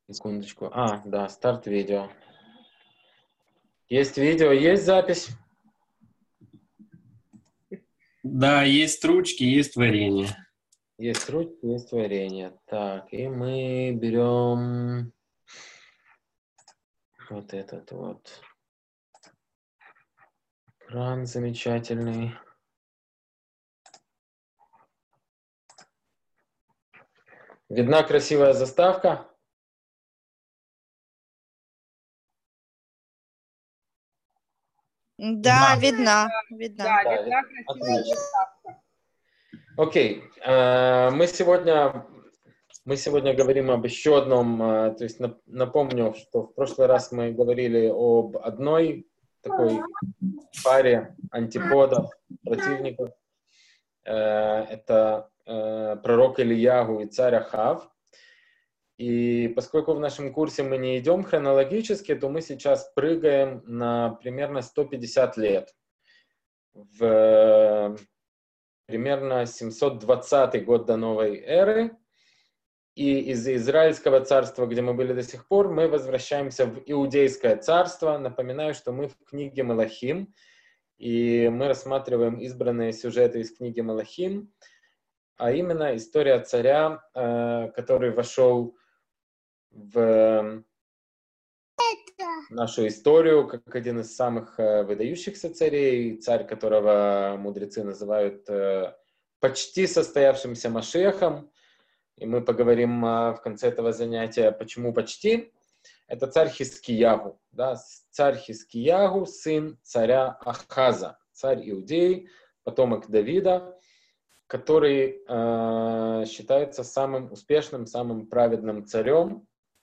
Секундочку. Да, старт видео. Есть видео, есть запись? Да, есть ручки, есть варенье. Есть ручки, есть варенье. Так, и мы берем вот этот вот экран замечательный. Видна красивая заставка? Да, видна. Да, Да, видна красивая отлично. заставка. Окей. Мы сегодня говорим об еще одном, то есть напомню, что в прошлый раз мы говорили об одной такой паре антиподов, противников. Это пророк Ильягу и царь Ахав. И поскольку в нашем курсе мы не идем хронологически, то мы сейчас прыгаем на примерно 150 лет. В примерно 720 год до новой эры. И из Израильского царства, где мы были до сих пор, мы возвращаемся в Иудейское царство. Напоминаю, что мы в книге Малахим, и мы рассматриваем избранные сюжеты из книги Малахим, а именно история царя, который вошел в нашу историю как один из самых выдающихся царей, царь, которого мудрецы называют почти состоявшимся Машиахом. И мы поговорим в конце этого занятия, почему почти. Это царь Хискиягу. Да? Царь Хискиягу, сын царя Ахаза, царь Иудеи, потомок Давида, который считается самым успешным, самым праведным царем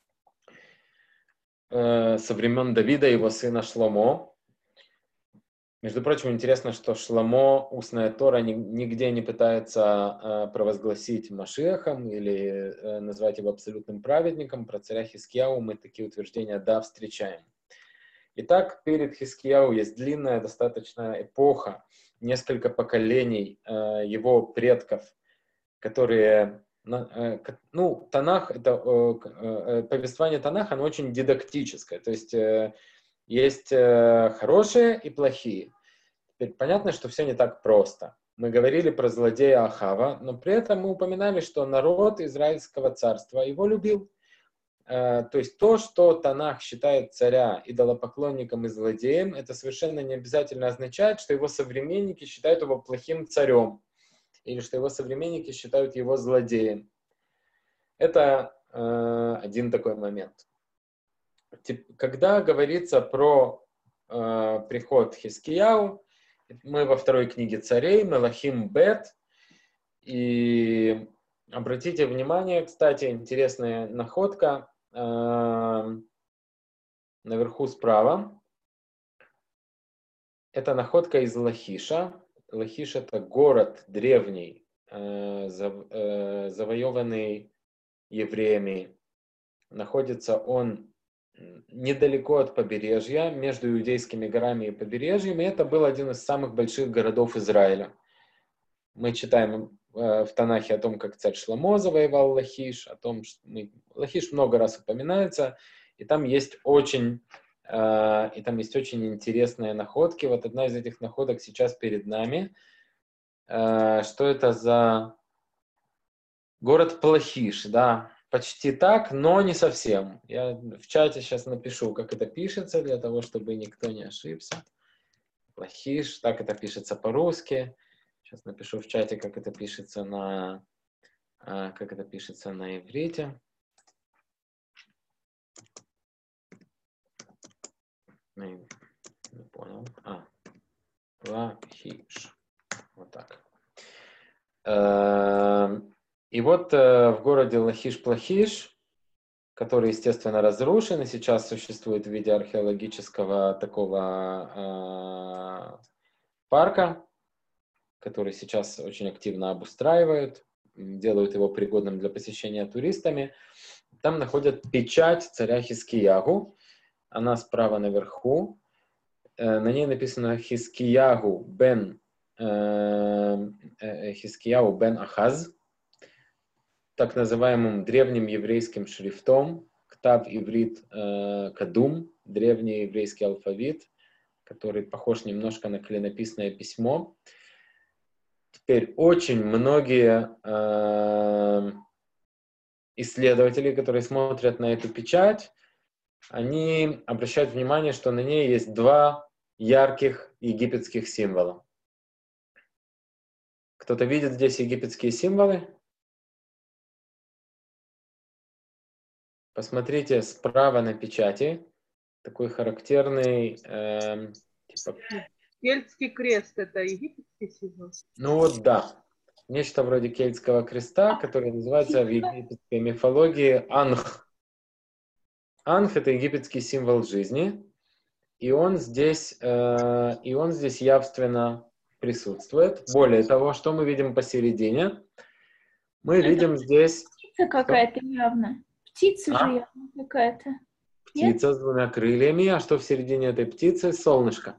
со времен Давида и его сына Шломо. Между прочим, интересно, что Шломо, устная Тора, нигде не пытается провозгласить Машиахом или назвать его абсолютным праведником. Про царя Хискияу мы такие утверждения, да, встречаем. Итак, перед Хискияу есть длинная достаточно эпоха, несколько поколений его предков, которые... Танах, это повествование Танаха, оно очень дидактическое, то есть есть хорошие и плохие. Теперь понятно, что все не так просто. Мы говорили про злодея Ахава, но при этом мы упоминали, что народ Израильского царства его любил. То есть то, что Танах считает царя идолопоклонником и злодеем, это совершенно не обязательно означает, что его современники считают его плохим царем или что его современники считают его злодеем. Это один такой момент. Когда говорится про приход Хискияу, мы во второй книге царей, Мелахим Бет, и обратите внимание, кстати, интересная находка наверху справа. Это находка из Лахиша. Лахиш — это город древний, завоеванный евреями. Находится он недалеко от побережья, между Иудейскими горами и побережьем, и это был один из самых больших городов Израиля. Мы читаем в Танахе о том, как царь Шломо завоевал Лахиш, о том, что Лахиш много раз упоминается, и там есть очень интересные находки. Вот одна из этих находок сейчас перед нами. Что это за город Плахиш, да? Почти так, но не совсем. Я в чате сейчас напишу, как это пишется, для того, чтобы никто не ошибся. Плахиш, так это пишется по-русски. Сейчас напишу в чате, как это пишется на иврите. Не понял. Плахиш. Вот так. И вот в городе Лахиш-Плахиш, который, естественно, разрушен и сейчас существует в виде археологического такого парка, который сейчас очень активно обустраивают, делают его пригодным для посещения туристами. Там находят печать царя Хискиягу. Она справа наверху. На ней написано Хискияу бен Ахаз, так называемым древним еврейским шрифтом, Ктав иврит кадум, древний еврейский алфавит, который похож немножко на клинописное письмо. Теперь очень многие исследователи, которые смотрят на эту печать, они обращают внимание, что на ней есть два ярких египетских символа. Кто-то видит здесь египетские символы? Посмотрите справа на печати. Такой характерный... типа... Кельтский крест — это египетский символ? Ну вот да. Нечто вроде кельтского креста, который называется в египетской мифологии Анх. Анх — это египетский символ жизни. И он здесь явственно присутствует. Более того, что мы видим посередине? Мы видим здесь... Птица какая-то явно. Птица же явно какая-то. Птица с двумя крыльями. А что в середине этой птицы? Солнышко.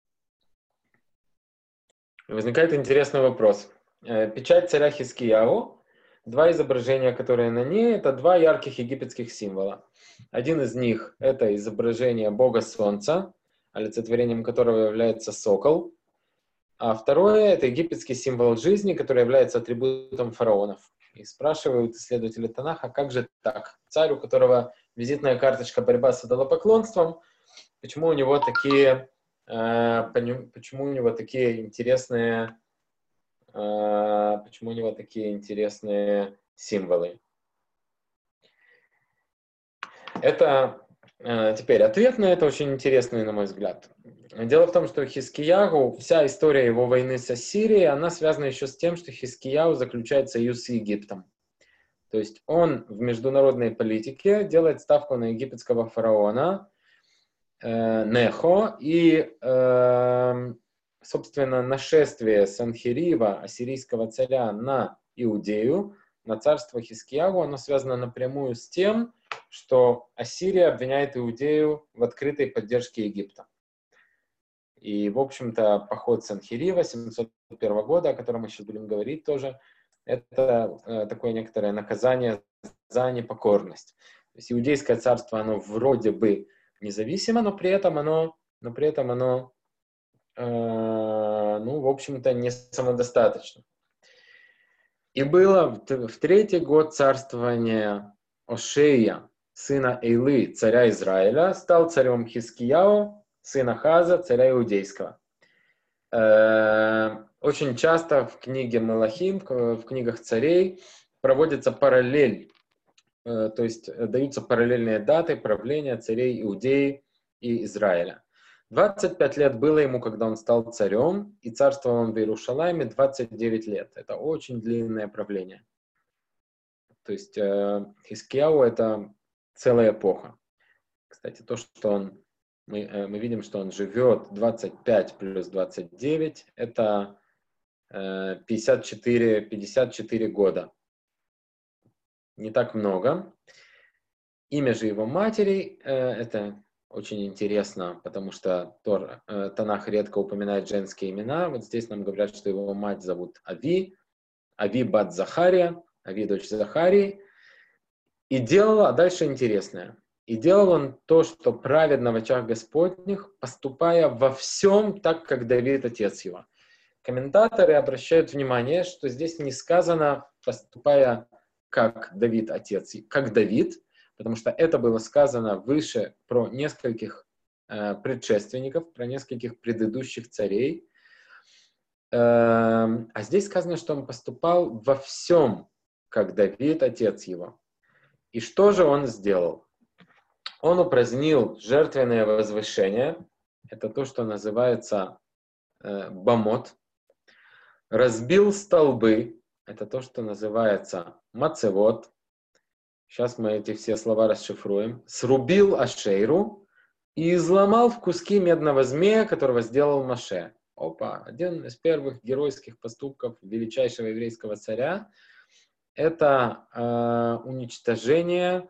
Возникает интересный вопрос. Печать царя Хискияу, два изображения, которые на ней, это два ярких египетских символа. Один из них — это изображение бога солнца, олицетворением которого является сокол. А второе — это египетский символ жизни, который является атрибутом фараонов. И спрашивают исследователи Танаха, как же так? Царь, у которого визитная карточка борьба с идолопоклонством, почему у него такие интересные символы? Это теперь ответ на это очень интересный, на мой взгляд. Дело в том, что Хискиягу, вся история его войны с Ассирией, она связана еще с тем, что Хискияу заключает союз с Египтом. То есть он в международной политике делает ставку на египетского фараона Нехо, и, собственно, нашествие Санхерива, ассирийского царя, на Иудею, на царство Хискиягу, оно связано напрямую с тем, что Ассирия обвиняет Иудею в открытой поддержке Египта. И, в общем-то, поход Санхерива 701 года, о котором мы сейчас будем говорить тоже, это такое некоторое наказание за непокорность. То есть Иудейское царство, оно вроде бы независимо, но при этом оно в общем-то, не самодостаточно. И было в третий год царствования Ошея, сына Эйлы, царя Израиля, стал царем Хискияу, сына Хаза, царя Иудейского. Очень часто в книге Мелахим, в книгах царей, проводится параллель, то есть даются параллельные даты правления царей Иудеи и Израиля. 25 лет было ему, когда он стал царем, и царствовал он в Иерушалайме 29 лет. Это очень длинное правление. То есть Хискияу — это целая эпоха. Кстати, то, что мы видим, что он живет 25 плюс 29, это 54 года. Не так много. Имя же его матери, это очень интересно, потому что Танах редко упоминает женские имена. Вот здесь нам говорят, что его мать зовут Ави бат Захария, Ави дочь Захарии. И делала, а дальше интересное. И делал он то, что праведно в очах Господних, поступая во всем так, как Давид, отец его. Комментаторы обращают внимание, что здесь не сказано, поступая как Давид, отец, как Давид, потому что это было сказано выше про нескольких предшественников, про нескольких предыдущих царей. А здесь сказано, что он поступал во всем, как Давид, отец его. И что же он сделал? Он упразднил жертвенное возвышение, это то, что называется бамот, разбил столбы, это то, что называется мацевот, сейчас мы эти все слова расшифруем, срубил ашейру и изломал в куски медного змея, которого сделал Моше. Опа, один из первых геройских поступков величайшего еврейского царя — это уничтожение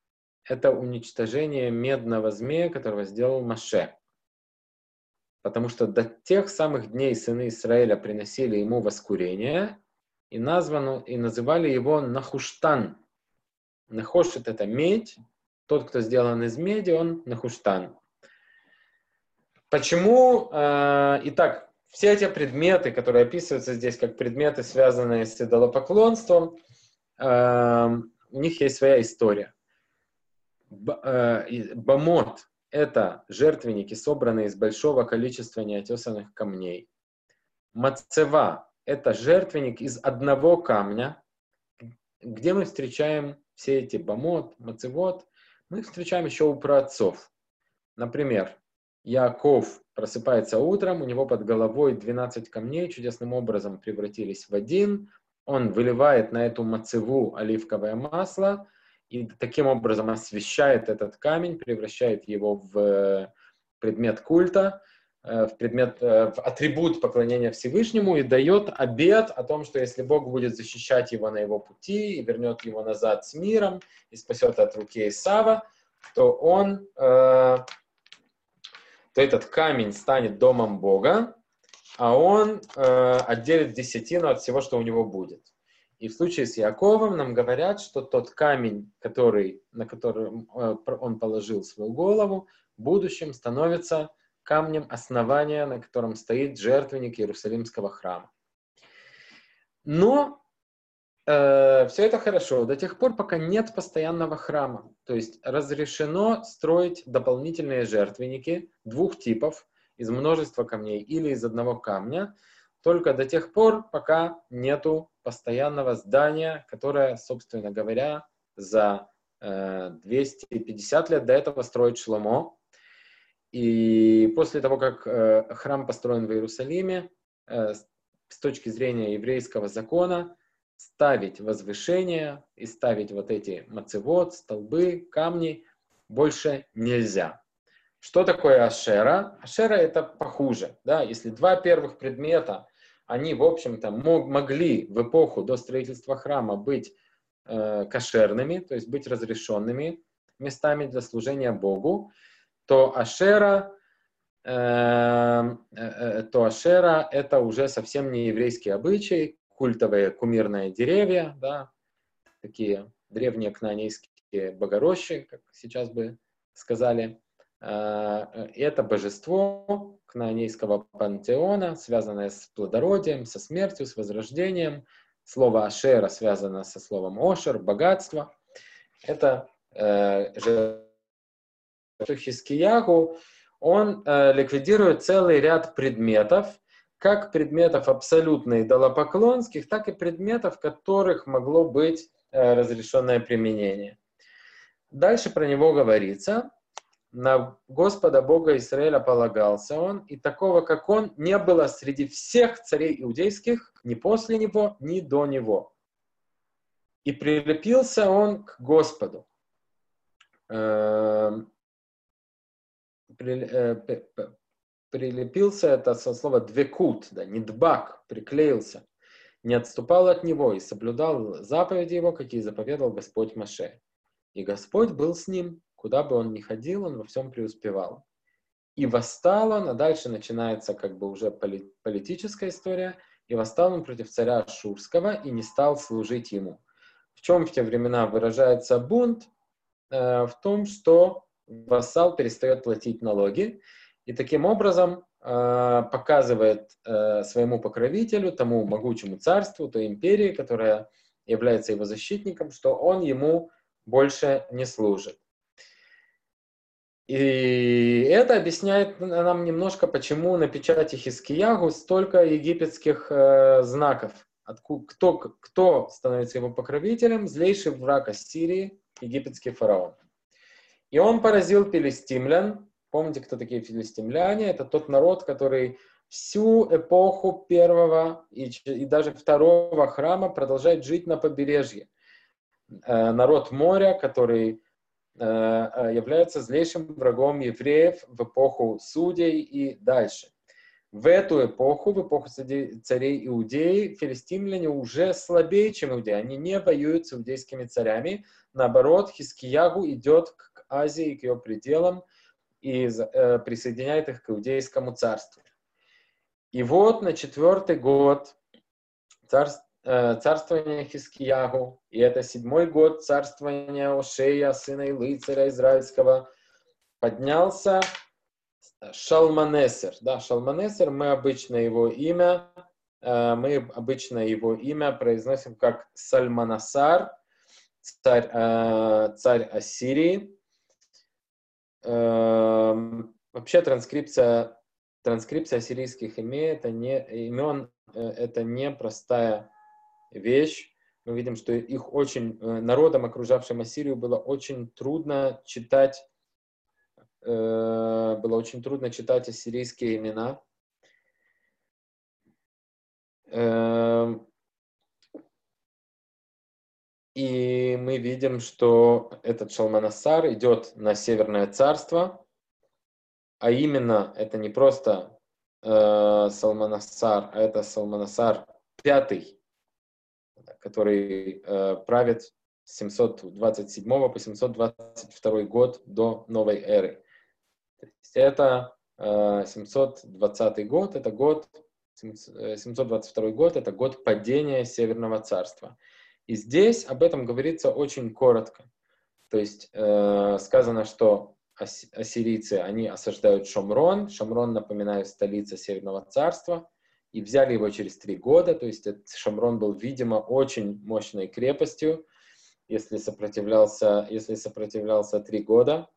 медного змея, которого сделал Моше. Потому что до тех самых дней сыны Израиля приносили ему воскурение и называли его Нахуштан. Нахошет — это медь, тот, кто сделан из меди, он нахуштан. Почему? Итак, все эти предметы, которые описываются здесь как предметы, связанные с идолопоклонством, у них есть своя история. Бамот – это жертвенники, собранные из большого количества неотесанных камней. Мацева – это жертвенник из одного камня. Где мы встречаем все эти бамот, мацевот? Мы их встречаем еще у праотцов. Например, Яаков просыпается утром, у него под головой 12 камней чудесным образом превратились в один. Он выливает на эту мацеву оливковое масло и таким образом освещает этот камень, превращает его в предмет культа, в атрибут поклонения Всевышнему и дает обет о том, что если Бог будет защищать его на его пути и вернет его назад с миром и спасет от руки Исава, то этот камень станет домом Бога, а он отделит десятину от всего, что у него будет. И в случае с Яаковом нам говорят, что тот камень, на который он положил свою голову, в будущем становится камнем основания, на котором стоит жертвенник Иерусалимского храма. Но все это хорошо до тех пор, пока нет постоянного храма. То есть разрешено строить дополнительные жертвенники двух типов, из множества камней или из одного камня, только до тех пор, пока нету постоянного здания, которое, собственно говоря, за 250 лет до этого строит Шломо. И после того, как храм построен в Иерусалиме, с точки зрения еврейского закона, ставить возвышения и ставить вот эти мацевот, столбы, камни больше нельзя. Что такое ашера? Ашера это похуже. Да? Если два первых предмета, они, в общем-то, могли в эпоху до строительства храма быть кошерными, то есть быть разрешенными местами для служения Богу, то ашера это уже совсем не еврейский обычай, культовые кумирные деревья, да, такие древние кнаанейские богорощи, как сейчас бы сказали. Это божество кнаанейского пантеона, связанное с плодородием, со смертью, с возрождением. Слово ашера связано со словом ошер, богатство. Это Хискиягу, он ликвидирует целый ряд предметов, как предметов абсолютно идолопоклонских, так и предметов, в которых могло быть разрешенное применение. Дальше про него говорится: на Господа Бога Израиля полагался он, и такого, как он, не было среди всех царей иудейских ни после него, ни до него. И прилепился он к Господу. Прилепился, это со слова двекут, да, недбак, приклеился, не отступал от него и соблюдал заповеди его, какие заповедал Господь Моше. И Господь был с ним, куда бы он ни ходил, он во всем преуспевал. И восстал он, а дальше начинается как бы уже политическая история, и восстал он против царя Ашурского и не стал служить ему. В чем в те времена выражается бунт? В том, что вассал перестает платить налоги и таким образом показывает своему покровителю, тому могучему царству, той империи, которая является его защитником, что он ему больше не служит. И это объясняет нам немножко, почему на печати Хискиягу столько египетских знаков. Кто становится его покровителем? Злейший враг Ассирии, египетский фараон. И он поразил филистимлян. Помните, кто такие филистимляне? Это тот народ, который всю эпоху первого и даже второго храма продолжает жить на побережье. Народ моря, который является злейшим врагом евреев в эпоху судей и дальше. В эту эпоху, в эпоху царей Иудеи, филистимляне уже слабее, чем иудеи. Они не воюют с иудейскими царями. Наоборот, Хискиягу идет к Азии, к ее пределам и присоединяет их к иудейскому царству. И вот на 4-й год царствования Хискиягу, и это 7-й год царствования Ошея, сына Илы, царя Израильского, поднялся Шалманесер. Да, Шалманесер, мы обычно его имя произносим как Сальманасар, царь Ассирии. Вообще транскрипция ассирийских имен это не простая вещь. Мы видим, что их народам, окружавшим Ассирию, было очень трудно читать ассирийские имена. И мы видим, что этот Шалманасар идет на Северное царство, а именно это не просто Салманасар, а это Салманасар V, который правит с 727 по 722 год до новой эры. То есть это 720 год, это год 722 год, это год падения Северного царства. И здесь об этом говорится очень коротко. То есть сказано, что ассирийцы, они осаждают Шомрон. Шомрон, напоминаю, столица Северного царства. И взяли его через 3 года. То есть этот Шомрон был, видимо, очень мощной крепостью, если сопротивлялся 3 года.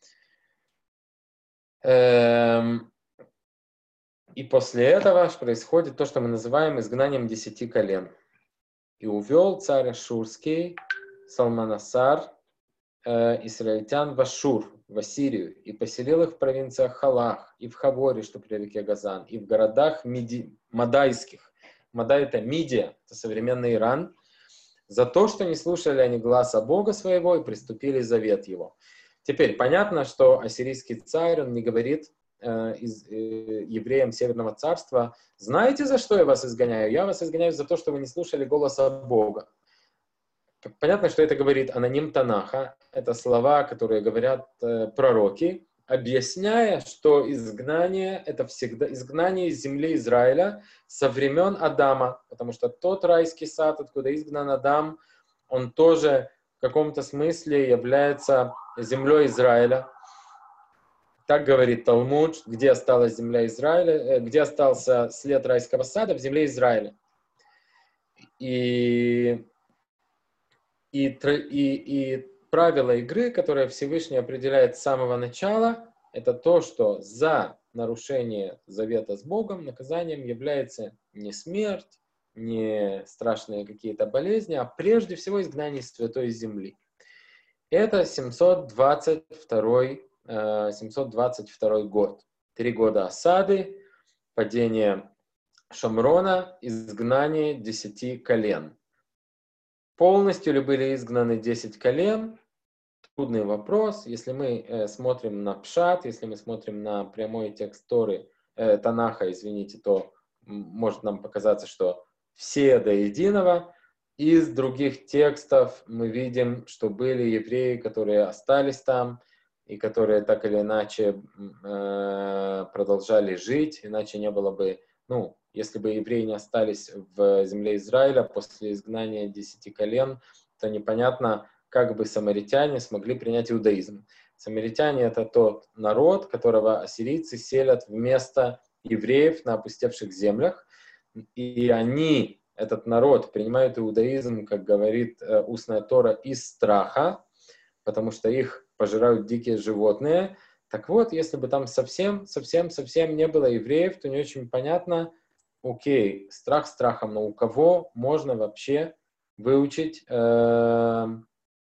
И после этого происходит то, что мы называем изгнанием 10 колен. И увел царь Ашурский, Салманасар, израильтян в Ашур, в Ассирию, и поселил их в провинциях Халах, и в Хаворе, что при реке Газан, и в городах Мадайских. Мадай — это Мидия, это современный Иран, за то, что не слушали они гласа Бога своего и приступили завет его. Теперь понятно, что ассирийский царь, он не говорит евреям Северного царства: знаете, за что я вас изгоняю? Я вас изгоняю за то, что вы не слушали голоса Бога. Понятно, что это говорит аноним Танаха. Это слова, которые говорят пророки, объясняя, что изгнание — это всегда изгнание из земли Израиля со времен Адама. Потому что тот райский сад, откуда изгнан Адам, он тоже в каком-то смысле является землей Израиля. Так говорит Талмуд, где осталась земля Израиля, где остался след райского сада, в земле Израиля. И правило игры, которое Всевышний определяет с самого начала, это то, что за нарушение завета с Богом наказанием является не смерть, не страшные какие-то болезни, а прежде всего изгнание из святой земли. Это 722 год. 3 года осады, падение Шомрона, изгнание 10 колен. Полностью ли были изгнаны 10 колен? Трудный вопрос. Если мы смотрим на Пшат, если мы смотрим на прямой текст Торы, Танаха, то может нам показаться, что все до единого. Из других текстов мы видим, что были евреи, которые остались там, и которые так или иначе продолжали жить, иначе не было бы, если бы евреи не остались в земле Израиля после изгнания 10 колен, то непонятно, как бы самаритяне смогли принять иудаизм. Самаритяне — это тот народ, которого ассирийцы селят вместо евреев на опустевших землях, и они, этот народ, принимают иудаизм, как говорит устная Тора, из страха, потому что их пожирают дикие животные. Так вот, если бы там совсем не было евреев, то не очень понятно, окей, страх страхом, но у кого можно вообще выучить, что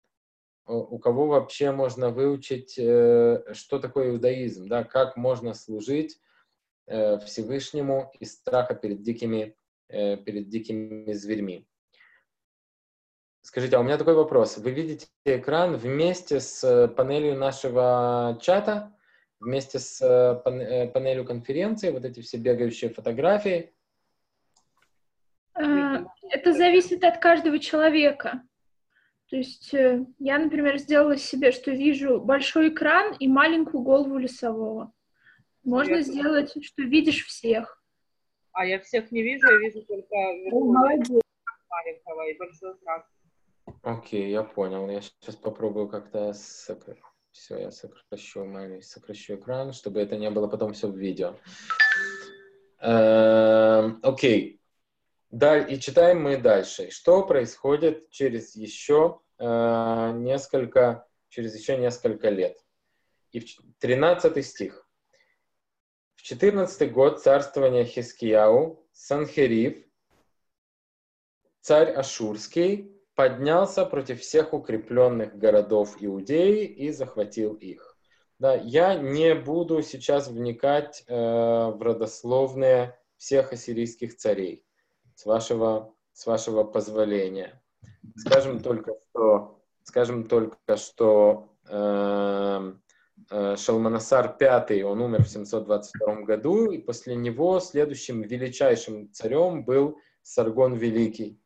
такое иудаизм, да, как можно служить Всевышнему из страха перед дикими зверьми. Скажите, а у меня такой вопрос. Вы видите экран вместе с панелью нашего чата, вместе с панелью конференции, вот эти все бегающие фотографии? Это зависит от каждого человека. То есть я, например, сделала себе, что вижу большой экран и маленькую голову лесового. Можно сделать, что видишь всех. А я всех не вижу, я вижу только... Молодец. маленького и большой кран. Окей, я понял. Я сейчас попробую как-то Все, я сокращу экран, чтобы это не было потом все в видео. Окей. Да, и читаем мы дальше. Что происходит через еще несколько лет? И 13 стих. В 14 год царствования Хискияу Санхерив, царь Ашурский, поднялся против всех укрепленных городов Иудеи и захватил их. Да, я не буду сейчас вникать в родословные всех ассирийских царей, с вашего позволения. Скажем только, что Шалманасар V, он умер в 722 году, и после него следующим величайшим царем был Саргон Великий.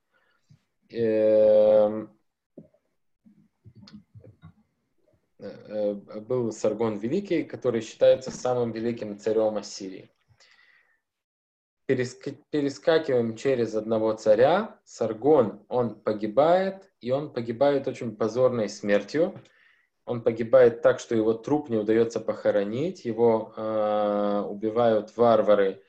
Был Саргон Великий, который считается самым великим царем Ассирии. Перескакиваем через одного царя. Саргон, он погибает, и он погибает очень позорной смертью. Он погибает так, что его труп не удается похоронить, его убивают варвары,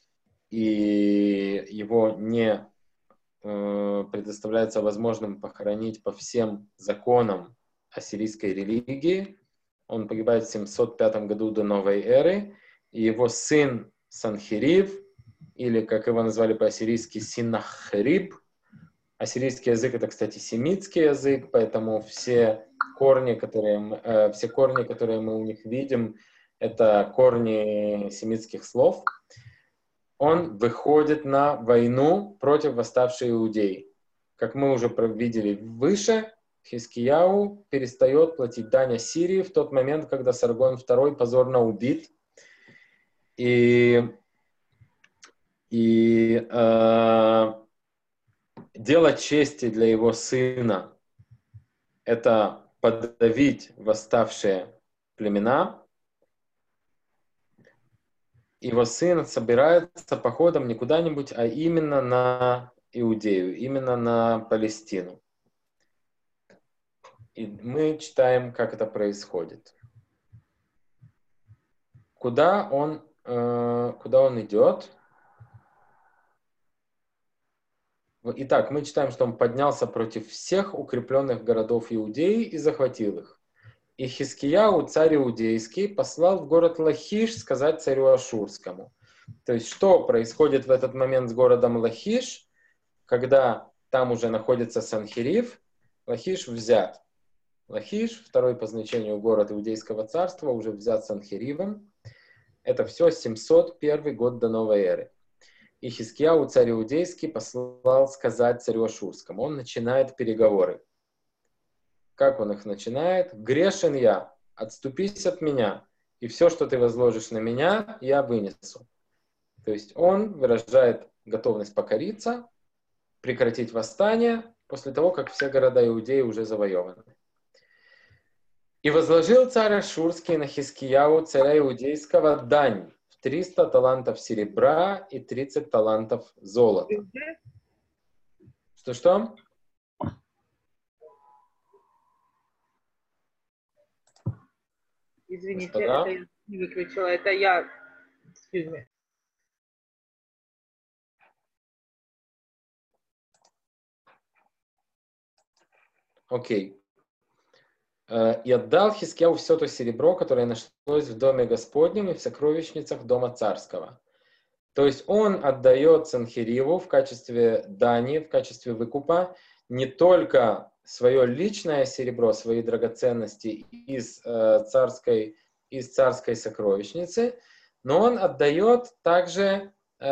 и его не предоставляется возможным похоронить по всем законам ассирийской религии. Он погибает в 705 году до новой эры, и его сын Санхерив, или, как его назвали по-ассирийски, Синахриб. Ассирийский язык — это, кстати, семитский язык, поэтому все корни, которые мы у них видим, это корни семитских слов. Он выходит на войну против восставшей Иудеи. Как мы уже видели выше, Хискияу перестает платить дань Ассирии в тот момент, когда Саргон II позорно убит. Дело чести для его сына — это подавить восставшие племена. Его сын собирается походом не куда-нибудь, а именно на Иудею, именно на Палестину. И мы читаем, как это происходит. Куда он идет? Итак, мы читаем, что он поднялся против всех укрепленных городов Иудеи и захватил их. И Хискияу, царь иудейский, послал в город Лахиш сказать царю Ашурскому. То есть, что происходит в этот момент с городом Лахиш, когда там уже находится Санхерив? Лахиш взят. Лахиш, второй по значению город Иудейского царства, уже взят Санхеривом. Это все 701 год до новой эры. И Хискияу, царь иудейский, послал сказать царю Ашурскому. Он начинает переговоры. Как он их начинает? «Грешен я, отступись от меня, и все, что ты возложишь на меня, я вынесу». То есть он выражает готовность покориться, прекратить восстание после того, как все города Иудеи уже завоеваны. «И возложил царь Ашурский на Хискияу, царя иудейского, дань в 300 талантов серебра и 30 талантов золота». Что? Извините, Господа? это я не выключила, это я. Excuse me. Окей. «И отдал Хискияу все то серебро, которое нашлось в доме Господнем и в сокровищницах дома царского». То есть он отдает Санхериву в качестве дани, в качестве выкупа не только свое личное серебро, свои драгоценности из царской сокровищницы, но он отдает также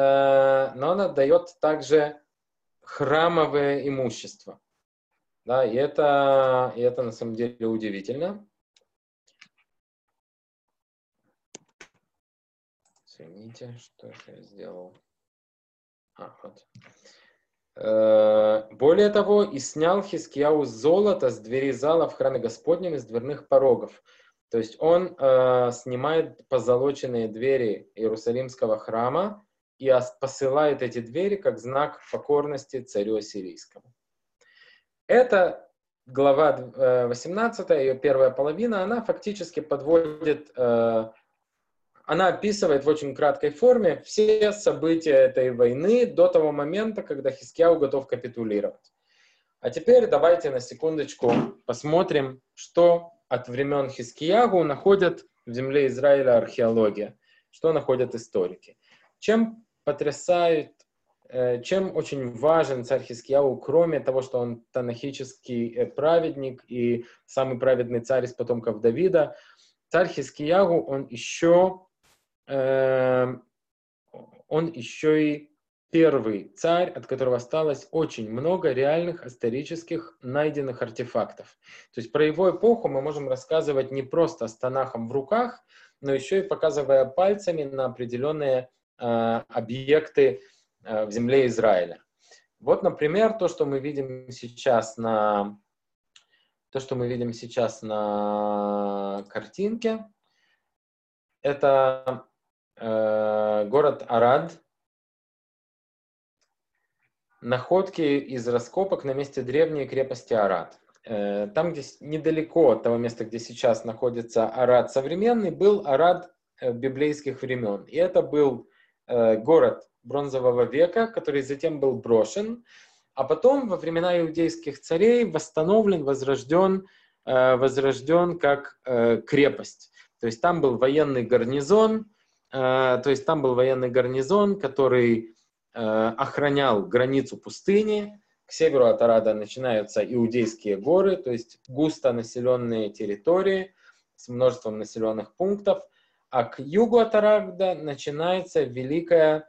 храмовое имущество. Да, и это на самом деле удивительно. Извините, что я сделал. Вот. Более того, и снял Хискияу золото с двери зала в храме Господнем из дверных порогов. То есть он снимает позолоченные двери Иерусалимского храма и посылает эти двери как знак покорности царю ассирийскому. Это глава 18, ее первая половина, она фактически подводит, она описывает в очень краткой форме все события этой войны до того момента, когда Хизкияу готов капитулировать. А теперь давайте на секундочку посмотрим, что от времен Хизкияу находят в земле Израиля археология, что находят историки. Чем потрясает, чем очень важен царь Хизкияу, кроме того, что он танахический праведник и самый праведный царь из потомков Давида, царь Хизкияу, он еще и первый царь, от которого осталось очень много реальных исторических найденных артефактов. То есть про его эпоху мы можем рассказывать не просто с танахом в руках, но еще и показывая пальцами на определенные объекты в земле Израиля. Вот, например, то, что мы видим сейчас на картинке, это город Арад. Находки из раскопок на месте древней крепости Арад. Там, где недалеко от того места, где сейчас находится Арад современный, был Арад библейских времен. И это был город бронзового века, который затем был брошен, а потом во времена иудейских царей восстановлен, возрожден как крепость. То есть там был военный гарнизон, который охранял границу пустыни. К северу от Арада начинаются Иудейские горы, то есть густо населенные территории с множеством населенных пунктов, а к югу от Арада начинается великая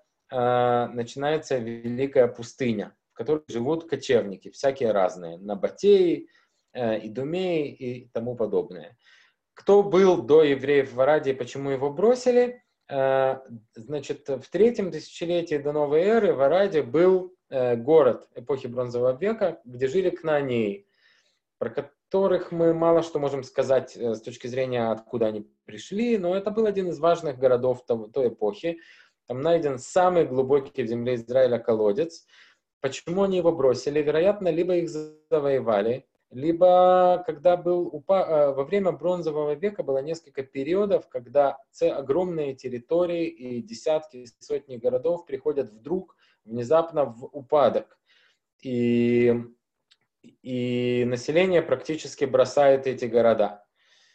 пустыня, в которой живут кочевники, всякие разные, набатеи, идумеи и тому подобное. Кто был до евреев в Араде и почему его бросили? Значит, в 3-м тысячелетии до новой эры в Араде был город эпохи Бронзового века, где жили кнаанеи, про которых мы мало что можем сказать с точки зрения, откуда они пришли, но это был один из важных городов той эпохи. Там найден самый глубокий в земле Израиля колодец. Почему они его бросили? Вероятно, либо их завоевали, либо когда во время Бронзового века было несколько периодов, когда огромные территории и десятки, сотни городов приходят вдруг внезапно в упадок. И население практически бросает эти города.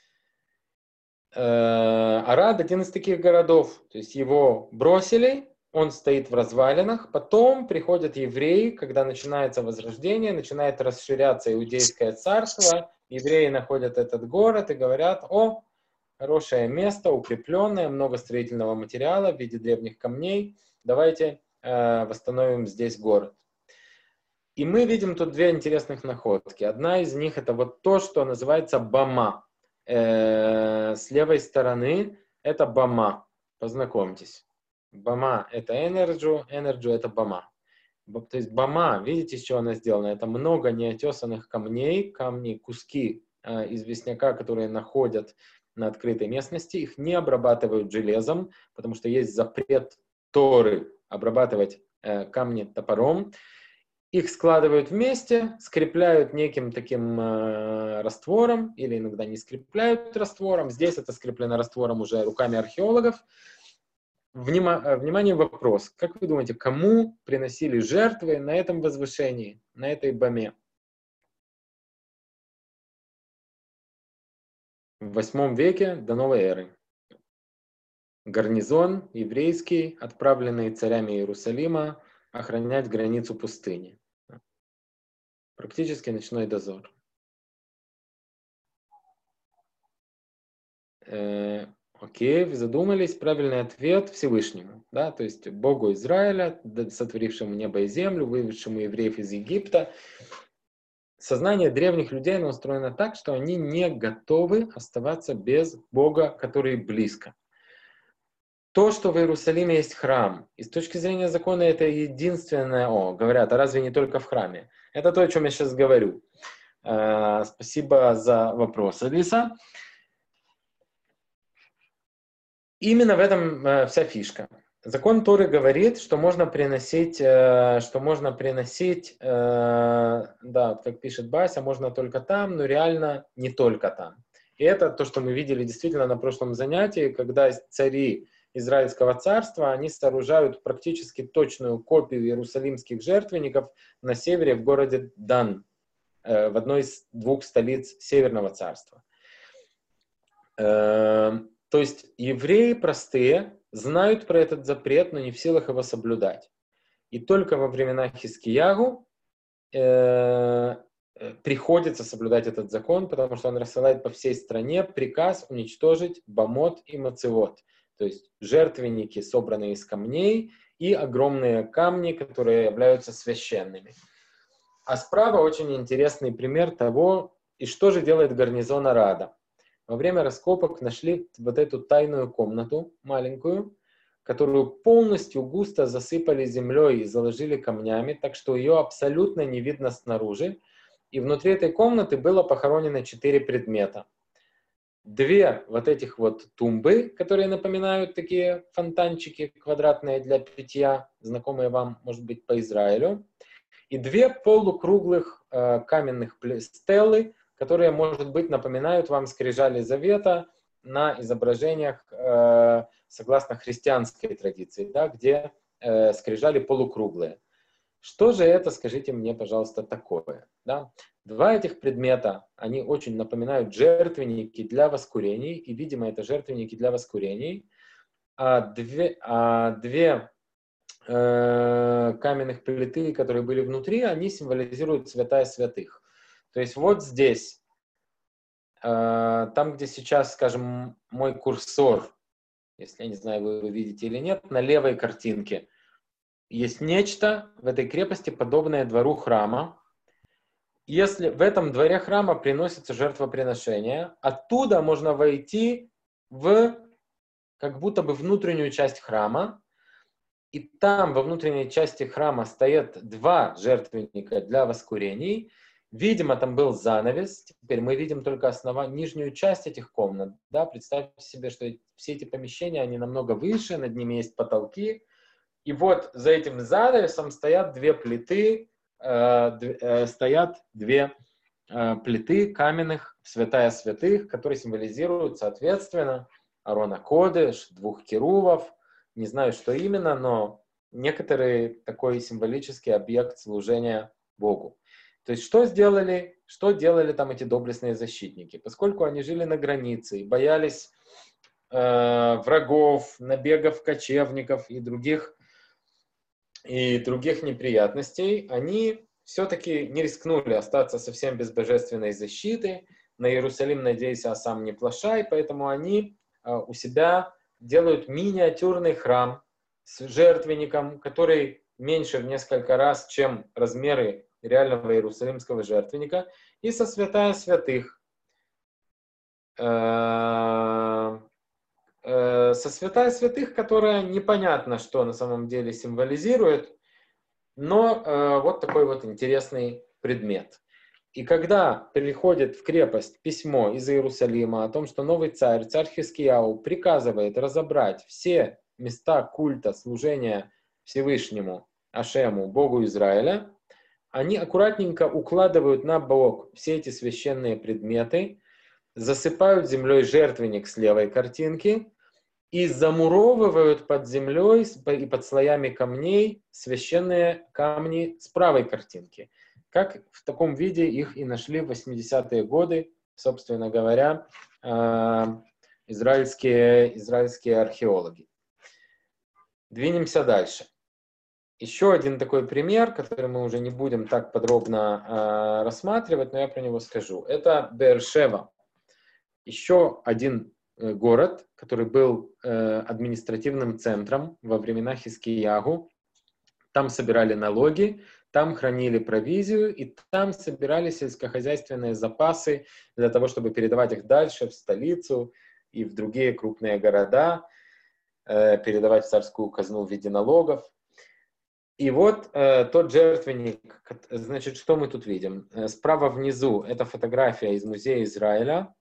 Арад один из таких городов. То есть его бросили, он стоит в развалинах, потом приходят евреи, когда начинается возрождение, начинает расширяться иудейское царство, евреи находят этот город и говорят: о, хорошее место, укрепленное, много строительного материала в виде древних камней, давайте восстановим здесь город. И мы видим тут две интересных находки. Одна из них это вот то, что называется бама. С левой стороны это бама, познакомьтесь. Бама — это энерджу это бама. То есть бама, видите, из чего она сделана? Это много неотесанных камней, куски известняка, которые находят на открытой местности. Их не обрабатывают железом, потому что есть запрет Торы обрабатывать камни топором. Их складывают вместе, скрепляют неким таким раствором, или иногда не скрепляют раствором. Здесь это скреплено раствором уже руками археологов. Внимание, вопрос. Как вы думаете, кому приносили жертвы на этом возвышении, на этой баме? В 8 веке до новой эры. Гарнизон еврейский, отправленный царями Иерусалима охранять границу пустыни. Практически ночной дозор. Окей, вы задумались. Правильный ответ — Всевышнему. Да? То есть Богу Израиля, сотворившему небо и землю, выведшему евреев из Египта. Сознание древних людей оно устроено так, что они не готовы оставаться без Бога, который близко. То, что в Иерусалиме есть храм, и с точки зрения закона это единственное... говорят, а разве не только в храме? Это то, о чем я сейчас говорю. Спасибо за вопрос, Алиса. Именно в этом вся фишка. Закон Торы говорит, что можно приносить, да, как пишет Бася, можно только там, но реально не только там. И это то, что мы видели действительно на прошлом занятии, когда цари Израильского царства, они сооружают практически точную копию иерусалимских жертвенников на севере в городе Дан, в одной из двух столиц Северного царства. То есть евреи простые знают про этот запрет, но не в силах его соблюдать. И только во времена Хискиягу приходится соблюдать этот закон, потому что он рассылает по всей стране приказ уничтожить бамот и мацевот, то есть жертвенники, собранные из камней, и огромные камни, которые являются священными. А справа очень интересный пример того, и что же делает гарнизон Арада. Во время раскопок нашли вот эту тайную комнату маленькую, которую полностью густо засыпали землей и заложили камнями, так что ее абсолютно не видно снаружи. И внутри этой комнаты было похоронено 4 предмета. 2 вот этих вот тумбы, которые напоминают такие фонтанчики квадратные для питья, знакомые вам, может быть, по Израилю. И 2 полукруглых каменных стелы, которые, может быть, напоминают вам скрижали завета на изображениях, согласно христианской традиции, да, где скрижали полукруглые. Что же это, скажите мне, пожалуйста, такое? Да? 2 этих предмета, они очень напоминают жертвенники для воскурений, и, видимо, это жертвенники для воскурений. А 2 каменных плиты, которые были внутри, они символизируют святая святых. То есть вот здесь, там, где сейчас, скажем, мой курсор, если, я не знаю, вы видите или нет, на левой картинке, есть нечто в этой крепости, подобное двору храма. Если в этом дворе храма приносится жертвоприношение, оттуда можно войти в как будто бы внутреннюю часть храма, и там во внутренней части храма стоят 2 жертвенника для воскурений. Видимо, там был занавес. Теперь мы видим только нижнюю часть этих комнат. Да? Представьте себе, что все эти помещения, они намного выше, над ними есть потолки. И вот за этим занавесом стоят 2 плиты, плиты каменных, святая святых, которые символизируют, соответственно, Арон а-Кодеш, 2 керувов. Не знаю, что именно, но некоторый такой символический объект служения Богу. То есть что делали там эти доблестные защитники? Поскольку они жили на границе и боялись врагов, набегов кочевников и других неприятностей, они все-таки не рискнули остаться совсем без божественной защиты. На Иерусалим надеялся, а сам не плашай, поэтому они у себя делают миниатюрный храм с жертвенником, который меньше в несколько раз, чем размеры реального иерусалимского жертвенника, и со святая святых. Со святая святых, которая непонятно, что на самом деле символизирует, но вот такой вот интересный предмет. И когда приходит в крепость письмо из Иерусалима о том, что новый царь Хискияу, приказывает разобрать все места культа, служения Всевышнему, Ашему, Богу Израиля, они аккуратненько укладывают на бок все эти священные предметы, засыпают землей жертвенник с левой картинки и замуровывают под землей и под слоями камней священные камни с правой картинки. Как в таком виде их и нашли в 80-е годы, собственно говоря, израильские археологи. Двинемся дальше. Еще один такой пример, который мы уже не будем так подробно рассматривать, но я про него скажу. Это Беэр-Шева. Еще один город, который был административным центром во времена Хискиягу. Там собирали налоги, там хранили провизию, и там собирали сельскохозяйственные запасы для того, чтобы передавать их дальше в столицу и в другие крупные города, передавать в царскую казну в виде налогов. И вот тот жертвенник, значит, что мы тут видим? Справа внизу это фотография из музея Израиля.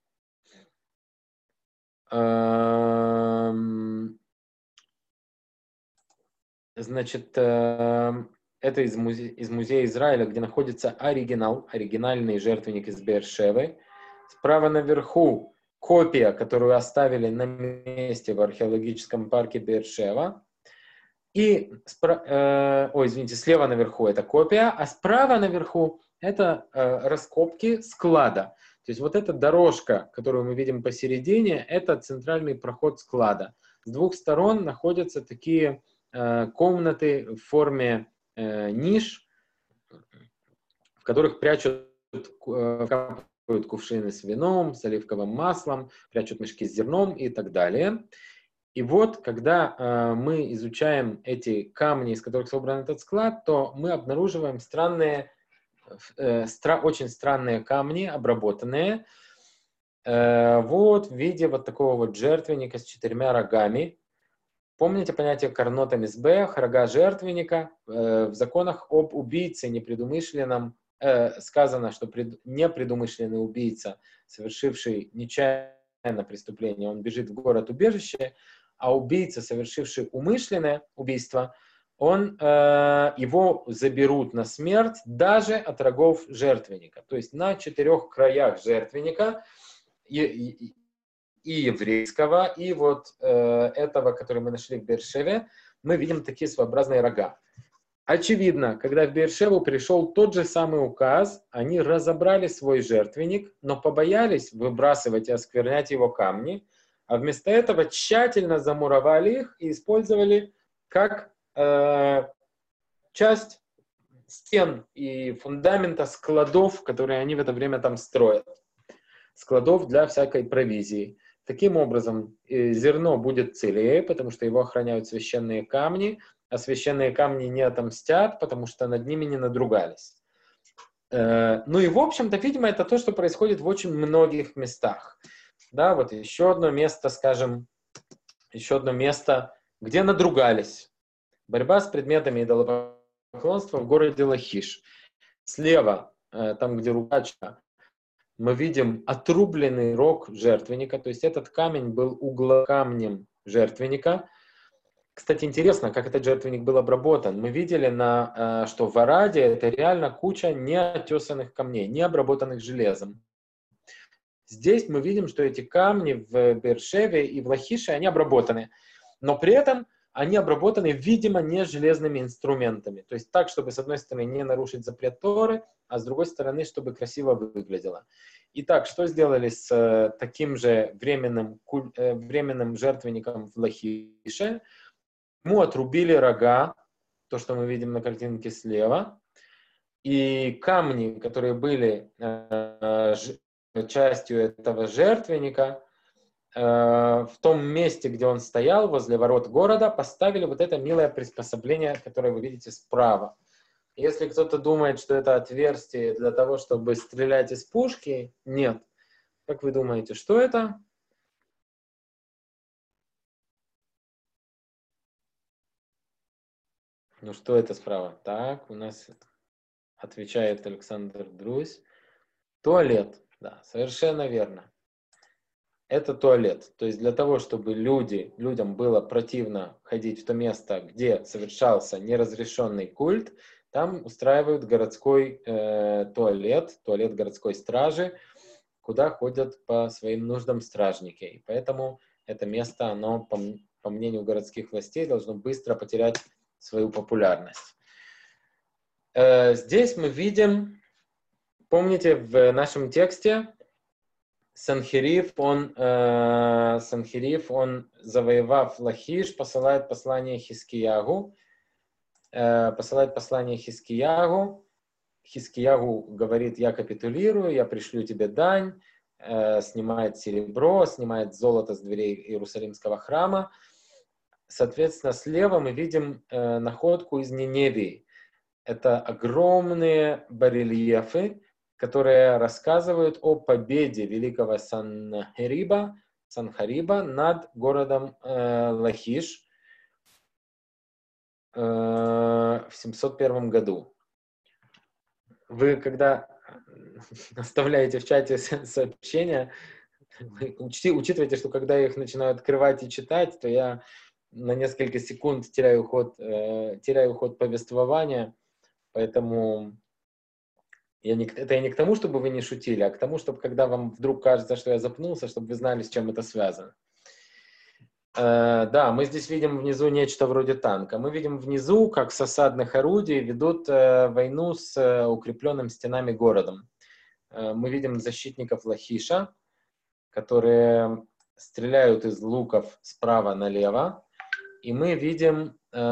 Значит, это из музея Израиля, где находится оригинальный жертвенник из Беэр-Шевы. Справа наверху копия, которую оставили на месте в археологическом парке Беэр-Шева. И, слева наверху это копия, а справа наверху это раскопки склада. То есть вот эта дорожка, которую мы видим посередине, это центральный проход склада. С двух сторон находятся такие комнаты в форме ниш, в которых прячут кувшины с вином, с оливковым маслом, прячут мешки с зерном и так далее. И вот, когда мы изучаем эти камни, из которых собран этот склад, то мы обнаруживаем очень странные камни, обработанные, вот в виде вот такого вот жертвенника с 4 рогами. Помните понятие карнот мизбех, рога жертвенника? В законах об убийце непредумышленном сказано, что непредумышленный убийца, совершивший нечаянно преступление, он бежит в город-убежище, а убийца, совершивший умышленное убийство, его заберут на смерть даже от рогов жертвенника. То есть на 4 краях жертвенника и еврейского, и вот этого, который мы нашли в Беэр-Шеве, мы видим такие своеобразные рога. Очевидно, когда в Беэр-Шеву пришел тот же самый указ, они разобрали свой жертвенник, но побоялись выбрасывать и осквернять его камни, а вместо этого тщательно замуровали их и использовали как часть стен и фундамента складов, которые они в это время там строят. Складов для всякой провизии. Таким образом, зерно будет целее, потому что его охраняют священные камни, а священные камни не отомстят, потому что над ними не надругались. Ну и, в общем-то, видимо, это то, что происходит в очень многих местах. Да, вот еще одно место, скажем, где надругались. Борьба с предметами идолопоклонства в городе Лахиш. Слева, там, где рукачка, мы видим отрубленный рог жертвенника, то есть этот камень был углокамнем жертвенника. Кстати, интересно, как этот жертвенник был обработан. Мы видели, что в Араде это реально куча неотесанных камней, не обработанных железом. Здесь мы видим, что эти камни в Беэр-Шеве и в Лахише, они обработаны. Но при этом они обработаны, видимо, не железными инструментами. То есть так, чтобы с одной стороны не нарушить запрет Торы, а с другой стороны, чтобы красиво выглядело. Итак, что сделали с таким же временным жертвенником в Лахише? Ему отрубили рога, то, что мы видим на картинке слева, и камни, которые были частью этого жертвенника, в том месте, где он стоял, возле ворот города, поставили вот это милое приспособление, которое вы видите справа. Если кто-то думает, что это отверстие для того, чтобы стрелять из пушки, нет. Как вы думаете, что это? Ну, что это справа? Так, у нас отвечает Александр Друзь. Туалет. Да, совершенно верно. Это туалет. То есть для того, чтобы людям было противно ходить в то место, где совершался неразрешенный культ, там устраивают городской туалет городской стражи, куда ходят по своим нуждам стражники. И поэтому это место, оно, по мнению городских властей, должно быстро потерять свою популярность. Здесь мы видим, помните, в нашем тексте Санхериф, он завоевав Лахиш, посылает послание Хискиягу. Хискиягу говорит: я капитулирую, я пришлю тебе дань, снимает серебро, снимает золото с дверей Иерусалимского храма. Соответственно, слева мы видим находку из Ниневии. Это огромные барельефы, которые рассказывают о победе великого Санхариба над городом Лахиш в 701 году. Вы, когда оставляете в чате сообщения, учитывайте, что когда я их начинаю открывать и читать, то я на несколько секунд теряю ход повествования, поэтому это я не к тому, чтобы вы не шутили, а к тому, чтобы когда вам вдруг кажется, что я запнулся, чтобы вы знали, с чем это связано. Да, мы здесь видим внизу нечто вроде танка. Мы видим внизу, как с осадных орудий ведут войну с укрепленным стенами городом. Мы видим защитников Лахиша, которые стреляют из луков справа налево, и мы видим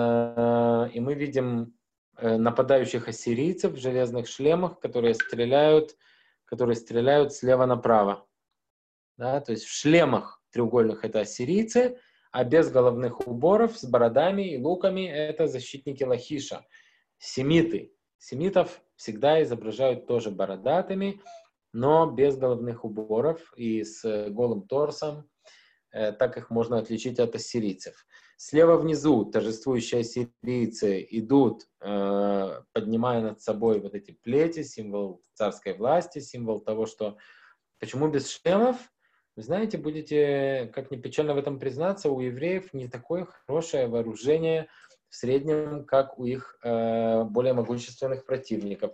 нападающих ассирийцев в железных шлемах, которые стреляют слева направо. Да, то есть в шлемах треугольных это ассирийцы, а без головных уборов, с бородами и луками это защитники Лахиша. Семиты. Семитов всегда изображают тоже бородатыми, но без головных уборов и с голым торсом. Так их можно отличить от ассирийцев. Слева внизу торжествующие ассирийцы идут, поднимая над собой вот эти плети, символ царской власти, символ того, что... Почему без шлемов? Вы знаете, будете, как ни печально в этом признаться, у евреев не такое хорошее вооружение в среднем, как у их более могущественных противников.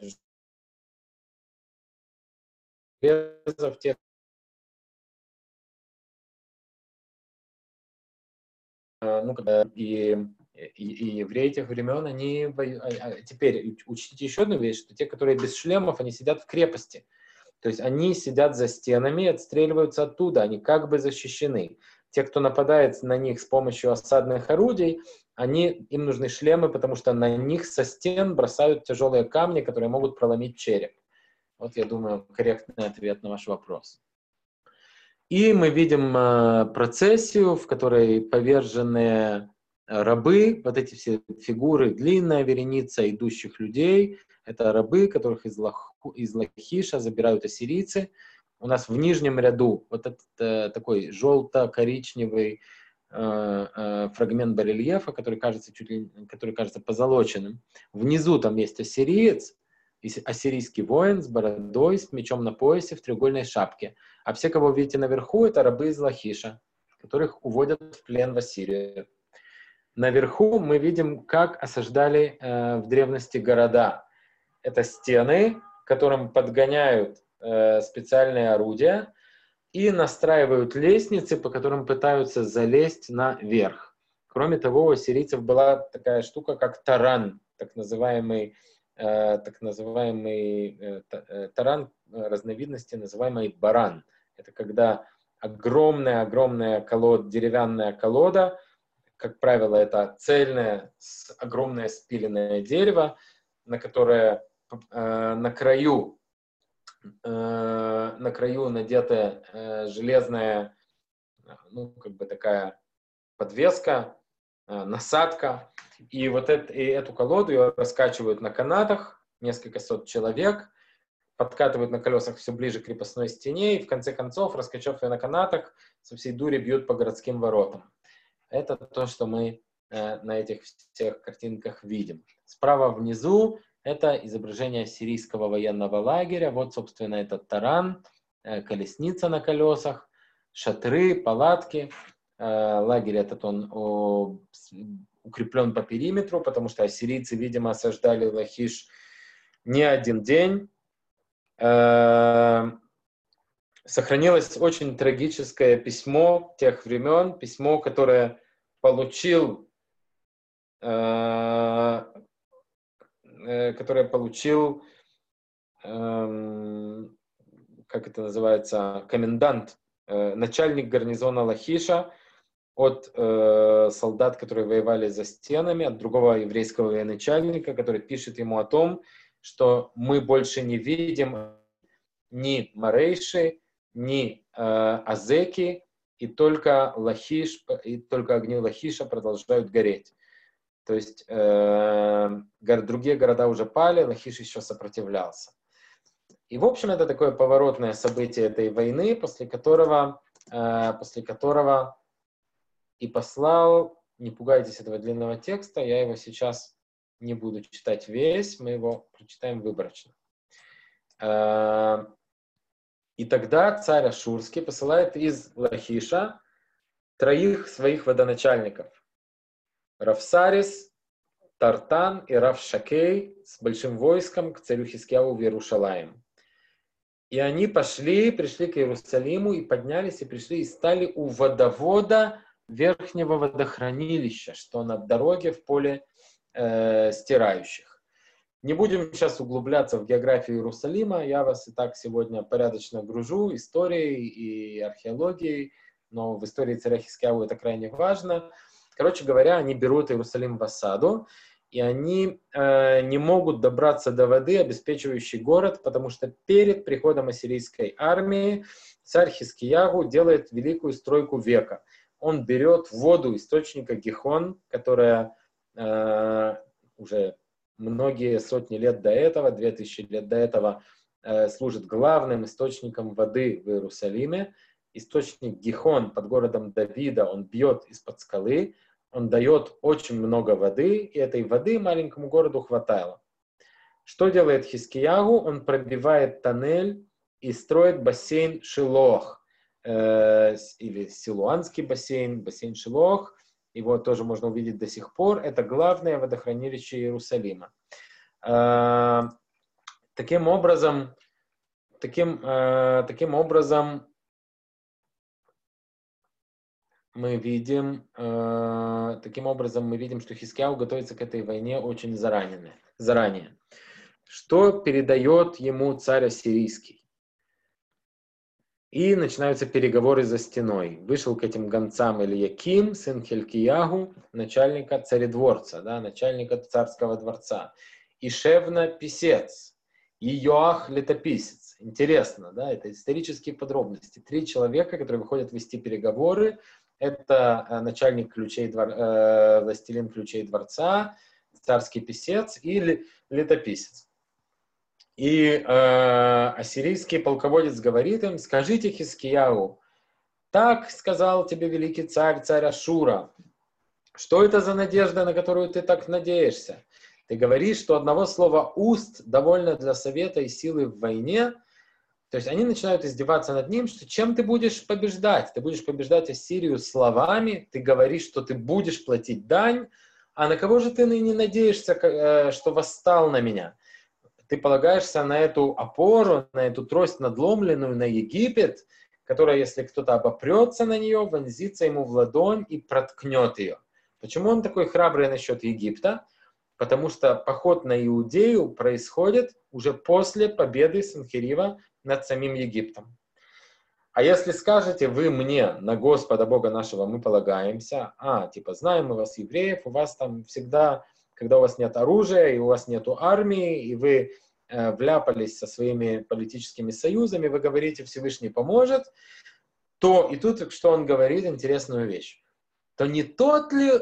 И евреи тех времен, они... Теперь учтите еще одну вещь, что те, которые без шлемов, они сидят в крепости. То есть они сидят за стенами, отстреливаются оттуда, они как бы защищены. Те, кто нападает на них с помощью осадных орудий, им нужны шлемы, потому что на них со стен бросают тяжелые камни, которые могут проломить череп. Вот, я думаю, корректный ответ на ваш вопрос. И мы видим процессию, в которой повержены рабы, вот эти все фигуры, длинная вереница идущих людей. Это рабы, которых из Лахиша забирают ассирийцы. У нас в нижнем ряду вот этот такой желто-коричневый фрагмент барельефа, который кажется позолоченным. Внизу там есть ассириец, ассирийский воин с бородой, с мечом на поясе, в треугольной шапке. А все, кого вы видите наверху, это рабы из Лахиша, которых уводят в плен в Ассирию. Наверху мы видим, как осаждали в древности города. Это стены, которым подгоняют специальные орудия и настраивают лестницы, по которым пытаются залезть наверх. Кроме того, у ассирийцев была такая штука, как таран, так называемый таран разновидности, называемый баран. Это когда огромная деревянная колода, как правило, это цельное, огромное спиленное дерево, на которое на краю надета железная, такая подвеска, насадка. И эту колоду ее раскачивают на канатах, несколько сот человек, подкатывают на колесах все ближе к крепостной стене, и в конце концов, раскачав ее на канатах, со всей дури бьют по городским воротам. Это то, что мы на этих всех картинках видим. Справа внизу это изображение сирийского военного лагеря. Вот, собственно, этот таран, колесница на колесах, шатры, палатки. Лагерь этот, он укреплен по периметру, потому что ассирийцы, видимо, осаждали Лахиш не один день. Сохранилось очень трагическое письмо тех времен, письмо, которое получил как это называется, комендант, начальник гарнизона Лахиша от солдат, которые воевали за стенами, от другого еврейского военачальника, который пишет ему о том, что мы больше не видим ни Марейши, ни Азеки, и только огни Лахиша продолжают гореть. То есть другие города уже пали, Лахиш еще сопротивлялся. И, в общем, это такое поворотное событие этой войны, после которого и послал, не пугайтесь этого длинного текста, я его сейчас не буду читать весь, мы его прочитаем выборочно. И тогда царь Ашурский посылает из Лахиша 3 своих водоначальников. Равсарис, Тартан и Равшакей с большим войском к царю Хискияву в Иерушалаим. И они пришли к Иерусалиму и поднялись, и пришли, и стали у водовода верхнего водохранилища, что на дороге в поле стирающих. Не будем сейчас углубляться в географию Иерусалима, я вас и так сегодня порядочно гружу историей и археологией, но в истории царя Хискияву это крайне важно. Короче говоря, они берут Иерусалим в осаду, и они не могут добраться до воды, обеспечивающей город, потому что перед приходом ассирийской армии царь Хискиягу делает великую стройку века. Он берет воду источника Гихон, которая уже многие сотни лет до этого, 2000 лет до этого, служит главным источником воды в Иерусалиме. Источник Гихон под городом Давида, он бьет из-под скалы, он дает очень много воды, и этой воды маленькому городу хватало. Что делает Хискиягу? Он пробивает тоннель и строит бассейн Шилох, или Силуанский бассейн, бассейн Шилох. Его тоже можно увидеть до сих пор. Это главное водохранилище Иерусалима. Таким образом, мы видим, что Хискиягу готовится к этой войне очень заранее. Что передает ему царь ассирийский? И начинаются переговоры за стеной. Вышел к этим гонцам Ильяким, сын Хилкиягу, начальника царедворца, начальника царского дворца, и Шевна писец, и Йоах летописец. Интересно, это исторические подробности. 3 человека, которые выходят вести переговоры. Это начальник властелин ключей дворца, царский писец и летописец. И ассирийский полководец говорит им: скажите Хискиягу, так сказал тебе великий царь Ашура. Что это за надежда, на которую ты так надеешься? Ты говоришь, что одного слова уст довольно для совета и силы в войне. То есть они начинают издеваться над ним, что чем ты будешь побеждать? Ты будешь побеждать Ассирию словами, ты говоришь, что ты будешь платить дань, а на кого же ты не надеешься, что восстал на меня? Ты полагаешься на эту опору, на эту трость надломленную, на Египет, которая, если кто-то обопрется на нее, вонзится ему в ладонь и проткнет ее. Почему он такой храбрый насчет Египта? Потому что поход на Иудею происходит уже после победы Сенхерива над самим Египтом. А если скажете вы мне, на Господа Бога нашего мы полагаемся, знаем мы вас, евреев, у вас там всегда, когда у вас нет оружия, и у вас нету армии, и вы вляпались со своими политическими союзами, вы говорите, Всевышний поможет, то, и тут что он говорит, интересную вещь, то не тот ли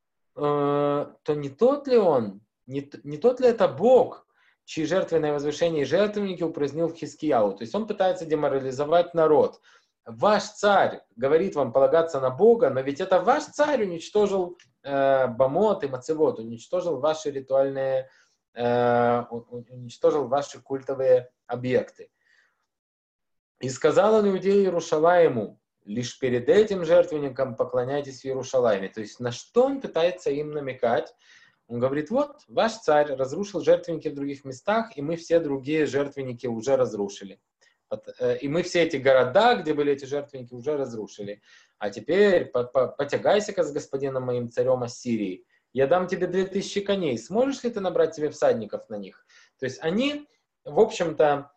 это Бог, чьи жертвенное возвышение и жертвенники упразднил в Хискиягу. То есть он пытается деморализовать народ. Ваш царь говорит вам полагаться на Бога, но ведь это ваш царь уничтожил Бамот и Мацевот, уничтожил ваши ритуальные, уничтожил ваши культовые объекты. И сказал он иудею Иерушалаиму: лишь перед этим жертвенником поклоняйтесь в Иерушалайме. То есть на что он пытается им намекать? Он говорит: вот, ваш царь разрушил жертвенники в других местах, и мы все другие жертвенники уже разрушили. И мы все эти города, где были эти жертвенники, уже разрушили. А теперь потягайся-ка с господином моим царем Ассирии. Я дам тебе 2000 коней. Сможешь ли ты набрать себе всадников на них? То есть они, в общем-то,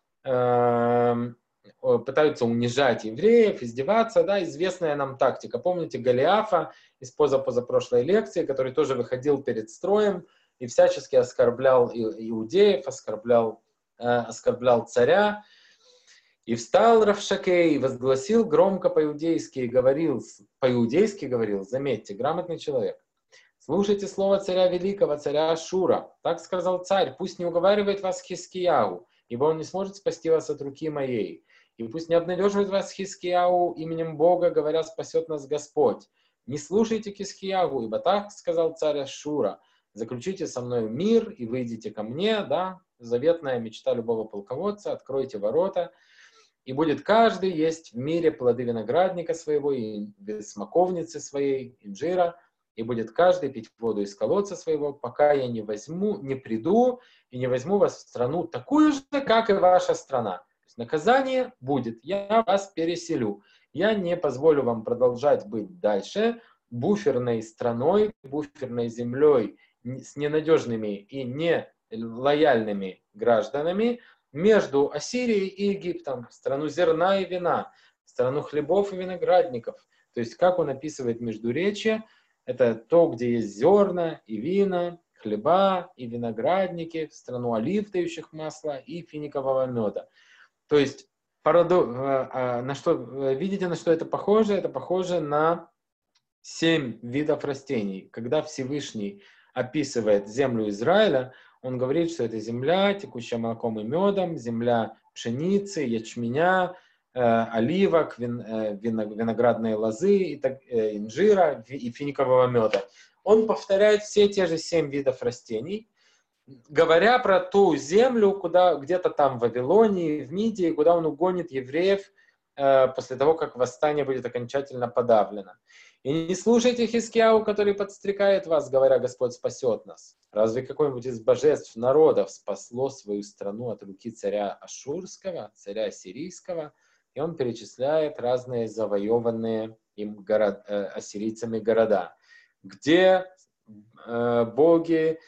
пытаются унижать евреев, издеваться, известная нам тактика. Помните Голиафа из позапрошлой лекции, который тоже выходил перед строем и всячески оскорблял иудеев, оскорблял царя. И встал Равшакей и возгласил громко по-иудейски говорил, заметьте, грамотный человек: слушайте слово царя великого, царя Ашура. Так сказал царь: пусть не уговаривает вас Хискиягу, ибо он не сможет спасти вас от руки моей. И пусть не обнадеживает вас Хискиягу именем Бога, говоря: спасет нас Господь. Не слушайте Хискиягу, ибо так сказал царь Ашура: заключите со мной мир и выйдите ко мне, заветная мечта любого полководца, откройте ворота, и будет каждый есть в мире плоды виноградника своего и смоковницы своей, инжира, и будет каждый пить воду из колодца своего, пока я не приду и не возьму вас в страну такую же, как и ваша страна. То есть наказание будет, я вас переселю. Я не позволю вам продолжать быть дальше буферной страной, буферной землей с ненадежными и нелояльными гражданами между Ассирией и Египтом, страну зерна и вина, страну хлебов и виноградников. То есть, как он описывает междуречие, это то, где есть зерна и вина, хлеба и виноградники, страну олив, дающих масло, и финикового меда. То есть, видите, на что это похоже? Это похоже на 7 видов растений. Когда Всевышний описывает землю Израиля, он говорит, что это земля, текущая молоком и медом, земля пшеницы, ячменя, оливок, виноградной лозы, инжира и финикового меда. Он повторяет все те же 7 видов растений, говоря про ту землю, куда где-то там в Вавилонии, в Мидии, куда он угонит евреев после того, как восстание будет окончательно подавлено. И не слушайте Хискияу, который подстрекает вас, говоря, Господь спасет нас. Разве какой-нибудь из божеств народов спасло свою страну от руки царя Ашурского, царя Ассирийского? И он перечисляет разные завоеванные им ассирийцами города, где боги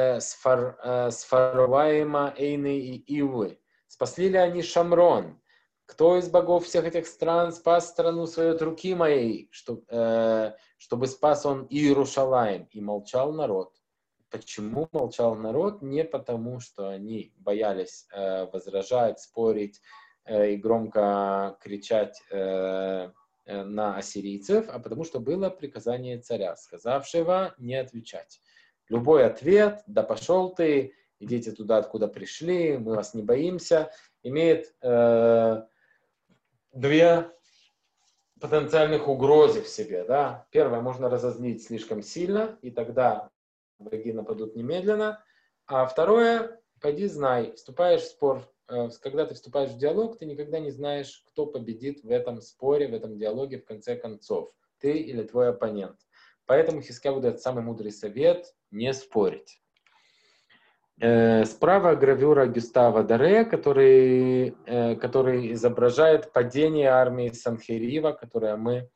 Сфарваима, Эйны и Ивы. Спасли ли они Шамрон? Кто из богов всех этих стран спас страну свою от руки моей, чтобы спас он Иерушалаим? И молчал народ. Почему молчал народ? Не потому, что они боялись возражать, спорить и громко кричать на ассирийцев, а потому что было приказание царя, сказавшего не отвечать. Любой ответ, да пошел ты, идите туда, откуда пришли, мы вас не боимся, имеет две потенциальных угрозы в себе. Да? Первое, можно разозлить слишком сильно, и тогда враги нападут немедленно. А второе, пойди знай, вступаешь в спор. Когда ты вступаешь в диалог, ты никогда не знаешь, кто победит в этом споре, в этом диалоге в конце концов. Ты или твой оппонент. Поэтому Хискияу дает самый мудрый совет – не спорить. Справа гравюра Гюстава Даре, который изображает падение армии Санхерива, которое мы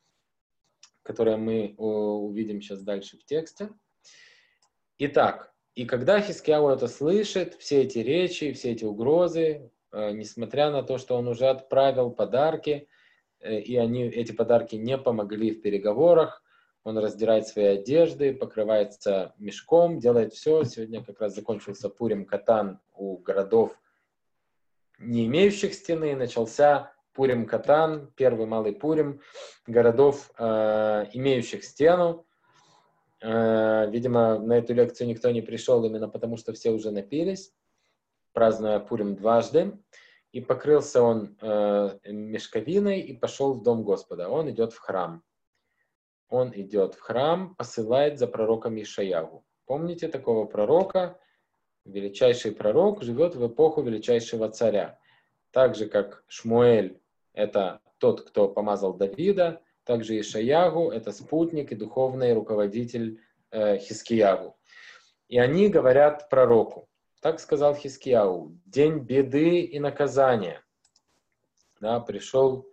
увидим сейчас дальше в тексте. Итак, и когда Хискияу это слышит, все эти речи, все эти угрозы, несмотря на то, что он уже отправил подарки, и эти подарки не помогли в переговорах, он раздирает свои одежды, покрывается мешком, делает все. Сегодня как раз закончился Пурим Катан у городов, не имеющих стены. Начался Пурим Катан, первый малый Пурим, городов, имеющих стену. Видимо, на эту лекцию никто не пришел именно потому, что все уже напились, празднуя Пурим дважды. И покрылся он мешковиной и пошел в дом Господа. Он идет в храм. Он идет в храм, посылает за пророком Ишаяху. Помните такого пророка? Величайший пророк живет в эпоху величайшего царя. Так же, как Шмуэль – это тот, кто помазал Давида, также Ишаяху – это спутник и духовный руководитель Хискияху. И они говорят пророку. Так сказал Хискияху: день беды и наказания. Да, пришел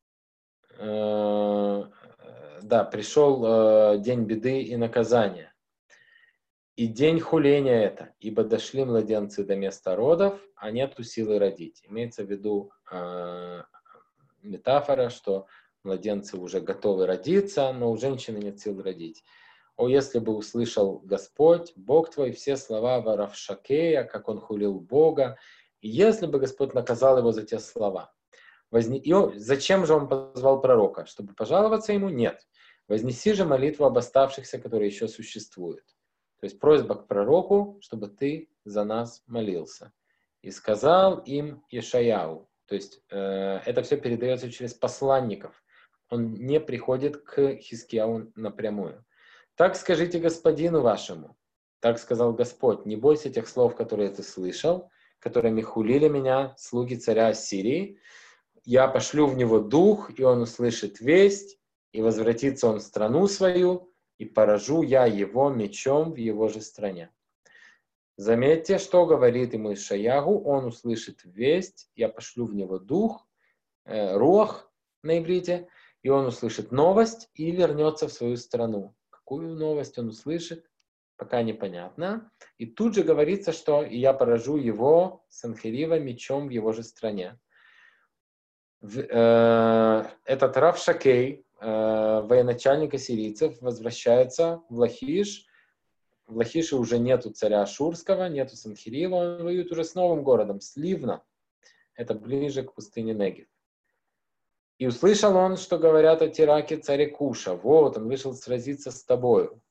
день беды и наказания. И день хуления это, ибо дошли младенцы до места родов, а нету силы родить. Имеется в виду метафора, что младенцы уже готовы родиться, но у женщины нет сил родить. О, если бы услышал Господь, Бог твой, все слова Варавшакея, как он хулил Бога, и если бы Господь наказал его за те слова. Зачем же он позвал пророка? Чтобы пожаловаться ему? Нет. Вознеси же молитву об оставшихся, которые еще существуют. То есть просьба к пророку, чтобы ты за нас молился. И сказал им Ишаяу. То есть это все передается через посланников. Он не приходит к Хискияу напрямую. Так скажите господину вашему. Так сказал Господь: не бойся тех слов, которые ты слышал, которыми хулили меня слуги царя Ассирии. Я пошлю в него дух, и он услышит весть, и возвратится он в страну свою, и поражу я его мечом в его же стране. Заметьте, что говорит ему Ишаягу, он услышит весть, я пошлю в него дух, руах на иврите, и он услышит новость и вернется в свою страну. Какую новость он услышит, пока непонятно. И тут же говорится, что я поражу его, Санхерива, мечом в его же стране. Этот Рав Шакей, военачальник ассирийцев, возвращается в Лахиш. В Лахише уже нету царя Ашурского, нету Санхерива, он воюет уже с новым городом, с Ливна. Это ближе к пустыне Негев. И услышал он, что говорят о Тираке царе Куша. Вот, он вышел сразиться с тобою.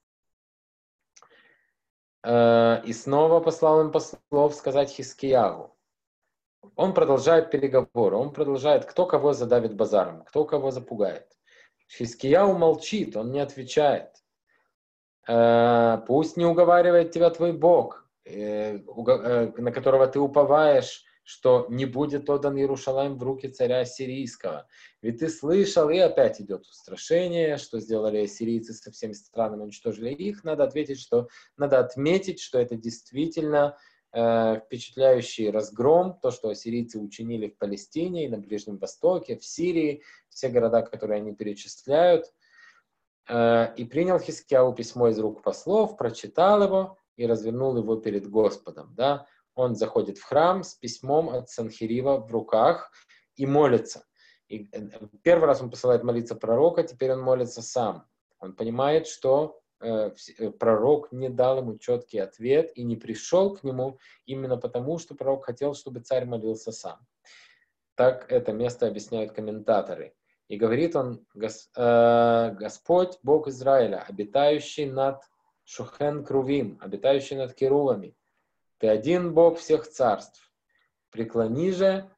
И снова послал им послов сказать Хискиягу. Он продолжает переговоры, он продолжает, кто кого задавит базаром, кто кого запугает. Хискияу молчит, он не отвечает. Пусть не уговаривает тебя твой Бог, на которого ты уповаешь, что не будет отдан Иерушалаим в руки царя ассирийского. Ведь ты слышал, и опять идет устрашение, что сделали ассирийцы со всеми странами, уничтожили их. Надо отметить, что это действительно впечатляющий разгром, то, что ассирийцы учинили в Палестине и на Ближнем Востоке, в Сирии, все города, которые они перечисляют. И принял Хискияу письмо из рук послов, прочитал его и развернул его перед Господом. Да? Он заходит в храм с письмом от Санхерива в руках и молится. И первый раз он посылает молиться пророка, теперь он молится сам. Он понимает, что пророк не дал ему четкий ответ и не пришел к нему именно потому, что пророк хотел, чтобы царь молился сам. Так это место объясняют комментаторы. И говорит он, Господь, Бог Израиля, обитающий над Шухен Крувим, обитающий над Керувами, ты один Бог всех царств. Преклони же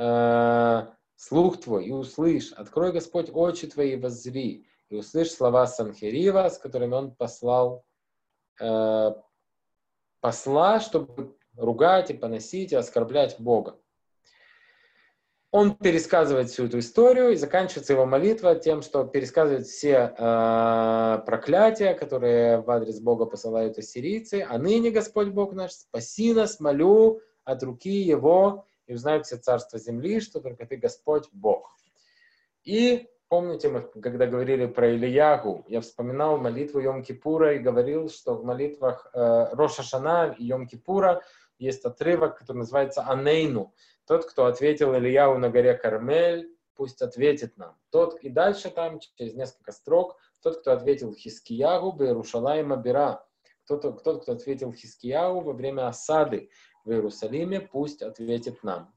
слух твой и услышь. Открой, Господь, очи твои и воззри. И услышь слова Санхерива, с которыми он послал посла, чтобы ругать и поносить и оскорблять Бога. Он пересказывает всю эту историю, и заканчивается его молитва тем, что пересказывает все проклятия, которые в адрес Бога посылают ассирийцы. А ныне, Господь Бог наш, спаси нас, молю, от руки Его, и узнают все царства земли, что только Ты, Господь, Бог. И помните, мы когда говорили про Ильягу, я вспоминал молитву Йом-Кипура и говорил, что в молитвах Рош ха-Шана и Йом-Кипура есть отрывок, который называется «Анейну». Тот, кто ответил Ильягу на горе Кармель, пусть ответит нам. Тот, и дальше там, через несколько строк, тот, кто ответил Хискиягу, Беирушалаима Бира. Тот, кто ответил Хискиягу во время осады в Иерусалиме, пусть ответит нам.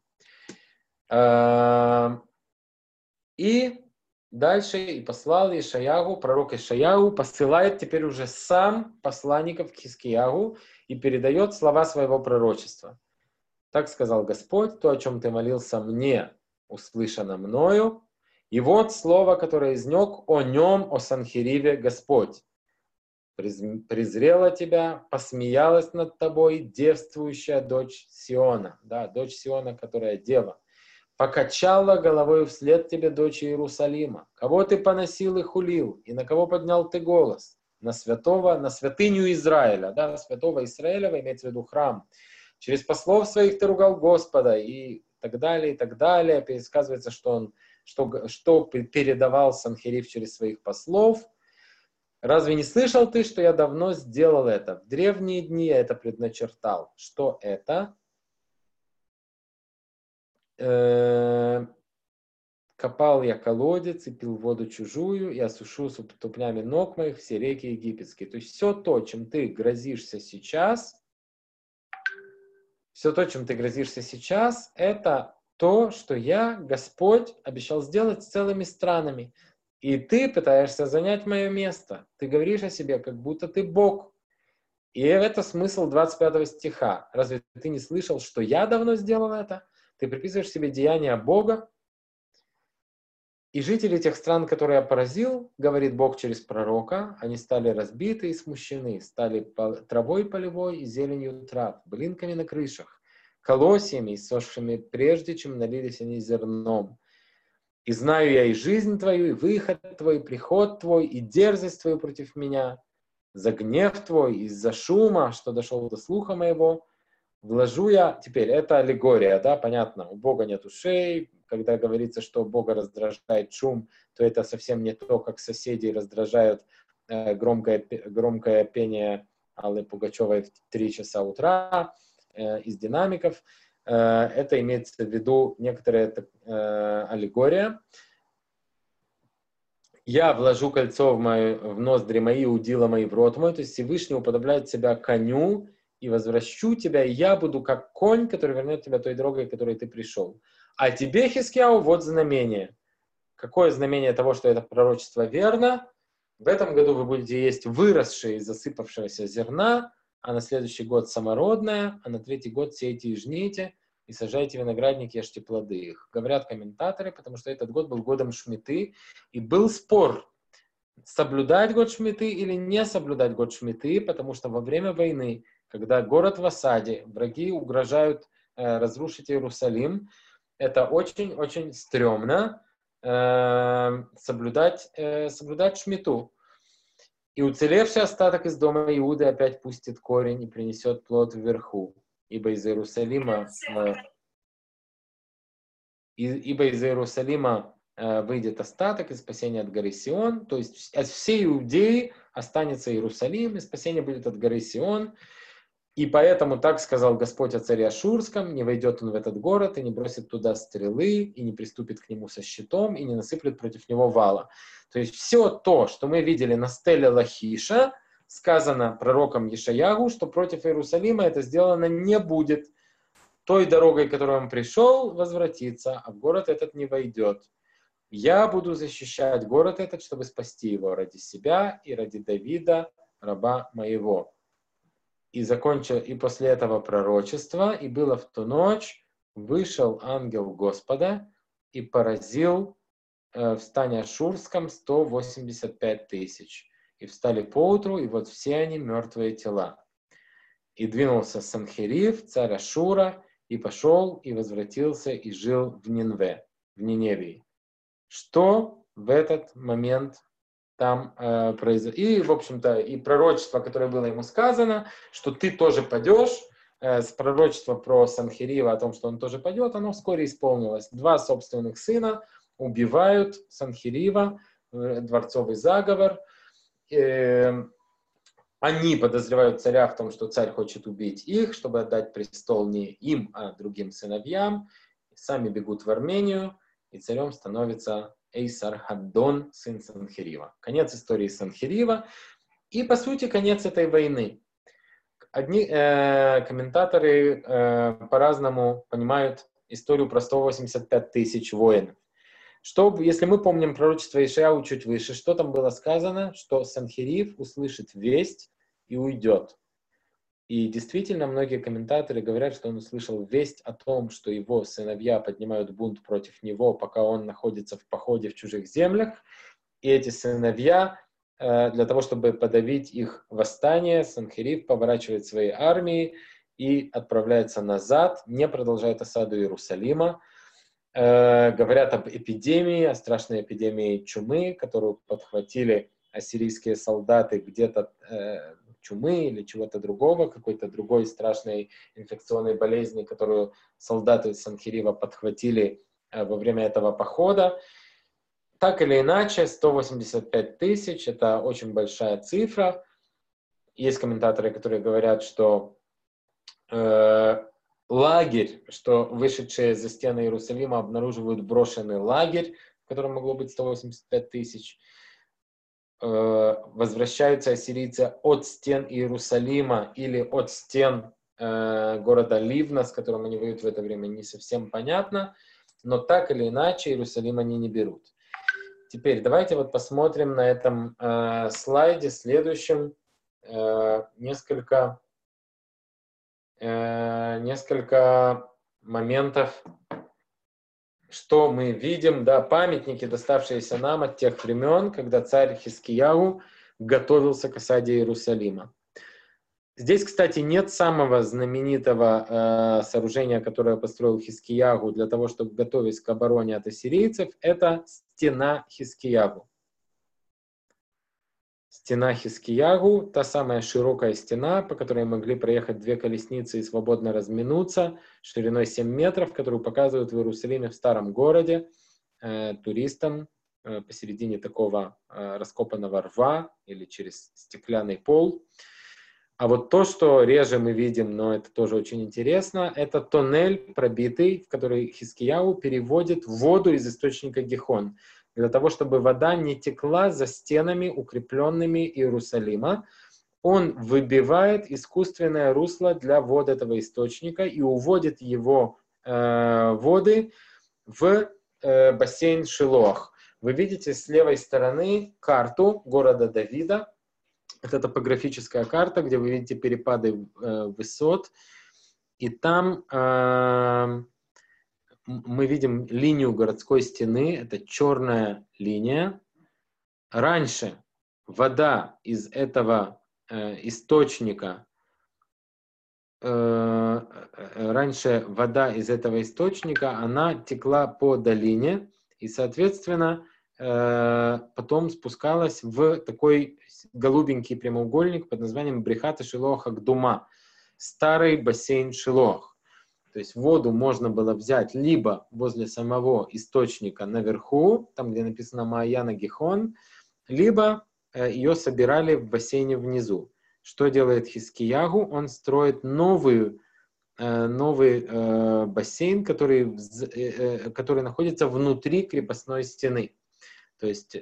И дальше и послал Ишаягу, пророк Ишаягу, посылает теперь уже сам посланников к Хискиягу и передает слова своего пророчества. Так сказал Господь, то, о чем ты молился мне, услышано мною. И вот слово, которое изрек о нем, о Санхериве, Господь. Презрела тебя, посмеялась над тобой девствующая дочь Сиона. Да, дочь Сиона, которая дева. Покачала головой вслед тебе дочь Иерусалима. Кого ты поносил и хулил, и на кого поднял ты голос? На святого, на святыню Израиля, да, святого Израиля, имеется в виду храм. Через послов своих ты ругал Господа, и так далее, и так далее. Пересказывается, что передавал Санхерив через своих послов. Разве не слышал ты, что я давно сделал это? В древние дни я это предначертал. Что это? Копал я колодец и пил воду чужую, и осушу ступнями ног моих все реки египетские. То есть все то, чем ты грозишься сейчас, это то, что я, Господь, обещал сделать с целыми странами. И ты пытаешься занять мое место. Ты говоришь о себе, как будто ты Бог. И это смысл 25 стиха. Разве ты не слышал, что я давно сделал это? Ты приписываешь себе деяния Бога. И жители тех стран, которые я поразил, говорит Бог через пророка, они стали разбиты и смущены, стали травой полевой и зеленью трав, блинками на крышах, колосьями, иссохшими прежде, чем налились они зерном. И знаю я и жизнь твою, и выход твой, и приход твой, и дерзость твою против меня, за гнев твой, из-за шума, что дошел до слуха моего. Вложу я, теперь это аллегория, да, понятно, у Бога нет ушей, когда говорится, что Бога раздражает шум, то это совсем не то, как соседей раздражают громкое пение Аллы Пугачевой в 3 часа утра из динамиков. Это имеется в виду некоторая аллегория. Я вложу кольцо в ноздри мои, удила мои в рот мой, то есть Всевышний уподобляет себя коню, и возвращу тебя, и я буду как конь, который вернет тебя той дорогой, которой ты пришел. А тебе, Хискияу, вот знамение. Какое знамение того, что это пророчество верно? В этом году вы будете есть выросшее из засыпавшегося зерна, а на следующий год самородное, а на 3-й год сеете и жните, и сажайте виноградники, ешьте плоды их. Говорят комментаторы, потому что этот год был годом Шмиты, и был спор, соблюдать год Шмиты или не соблюдать год Шмиты, потому что во время войны, когда город в осаде, враги угрожают разрушить Иерусалим, это очень-очень стрёмно соблюдать Шмиту. И уцелевший остаток из дома Иуды опять пустит корень и принесет плод вверху, ибо из Иерусалима выйдет остаток и спасение от горы Сион, то есть от всей Иудеи останется Иерусалим, и спасение будет от горы Сион. И поэтому так сказал Господь о царе Ашурском: не войдет он в этот город, и не бросит туда стрелы, и не приступит к нему со щитом, и не насыплет против него вала. То есть все то, что мы видели на стеле Лахиша, сказано пророком Ешаягу, что против Иерусалима это сделано не будет. Той дорогой, которой он пришел, возвратится, а в город этот не войдет. Я буду защищать город этот, чтобы спасти его ради себя и ради Давида, раба моего. И после этого пророчества, и было в ту ночь, вышел ангел Господа и поразил в стане Ашурском 185 тысяч. И встали поутру, и вот все они мертвые тела. И двинулся Санхерив, царь Ашура, и пошел, и возвратился, и жил в Ниневии. Что в этот момент там произошло? И, в общем-то, и пророчество, которое было ему сказано, что ты тоже падешь, с пророчества про Санхерива о том, что он тоже падет, оно вскоре исполнилось. 2 собственных сына убивают Санхерива, дворцовый заговор. Они подозревают царя в том, что царь хочет убить их, чтобы отдать престол не им, а другим сыновьям. Сами бегут в Армению, и царем становится Эйсар-Хаддон, сын Санхерива. Конец истории Санхерива и, по сути, конец этой войны. Одни комментаторы по-разному понимают историю про 185 тысяч воинов. Если мы помним пророчество Ишаяу чуть выше, что там было сказано? Что Санхерив услышит весть и уйдет. И действительно, многие комментаторы говорят, что он услышал весть о том, что его сыновья поднимают бунт против него, пока он находится в походе в чужих землях. И эти сыновья, для того, чтобы подавить их восстание, Санхерив поворачивает свои армии и отправляется назад, не продолжает осаду Иерусалима. Говорят об эпидемии, о страшной эпидемии чумы, которую подхватили ассирийские солдаты где-то чумы или чего-то другого, какой-то другой страшной инфекционной болезни, которую солдаты Санхерива подхватили во время этого похода. Так или иначе, 185 тысяч — это очень большая цифра. Есть комментаторы, которые говорят, что лагерь, что вышедшие за стены Иерусалима обнаруживают брошенный лагерь, в котором могло быть 185 тысяч. Возвращаются ассирийцы от стен Иерусалима или от стен города Ливна, с которым они воюют в это время, не совсем понятно, но так или иначе Иерусалим они не берут. Теперь давайте вот посмотрим на этом слайде следующем несколько моментов, что мы видим, да, памятники, доставшиеся нам от тех времен, когда царь Хискияу готовился к осаде Иерусалима. Здесь, кстати, нет самого знаменитого сооружения, которое построил Хискиягу для того, чтобы готовить к обороне от ассирийцев. Это стена Хискиягу. Стена Хискиягу, та самая широкая стена, по которой могли проехать 2 колесницы и свободно разминуться, шириной 7 метров, которую показывают в Иерусалиме, в старом городе, туристам посередине такого раскопанного рва или через стеклянный пол. А вот то, что реже мы видим, но это тоже очень интересно, это тоннель пробитый, в который Хискияу переводит воду из источника Гихон, для того, чтобы вода не текла за стенами, укрепленными Иерусалима. Он выбивает искусственное русло для вод этого источника и уводит его воды в бассейн Шилоах. Вы видите с левой стороны карту города Давида. Это топографическая карта, где вы видите перепады высот. И там мы видим линию городской стены. Это черная линия. Раньше вода из этого источника, она текла по долине. И, соответственно, потом спускалась в такой голубенький прямоугольник под названием Брехата Шилоах Агдума, старый бассейн Шилоах. То есть воду можно было взять либо возле самого источника наверху, там, где написано Мааяна Гихон, либо ее собирали в бассейне внизу. Что делает Хискиягу? Он строит новый бассейн, который находится внутри крепостной стены. То есть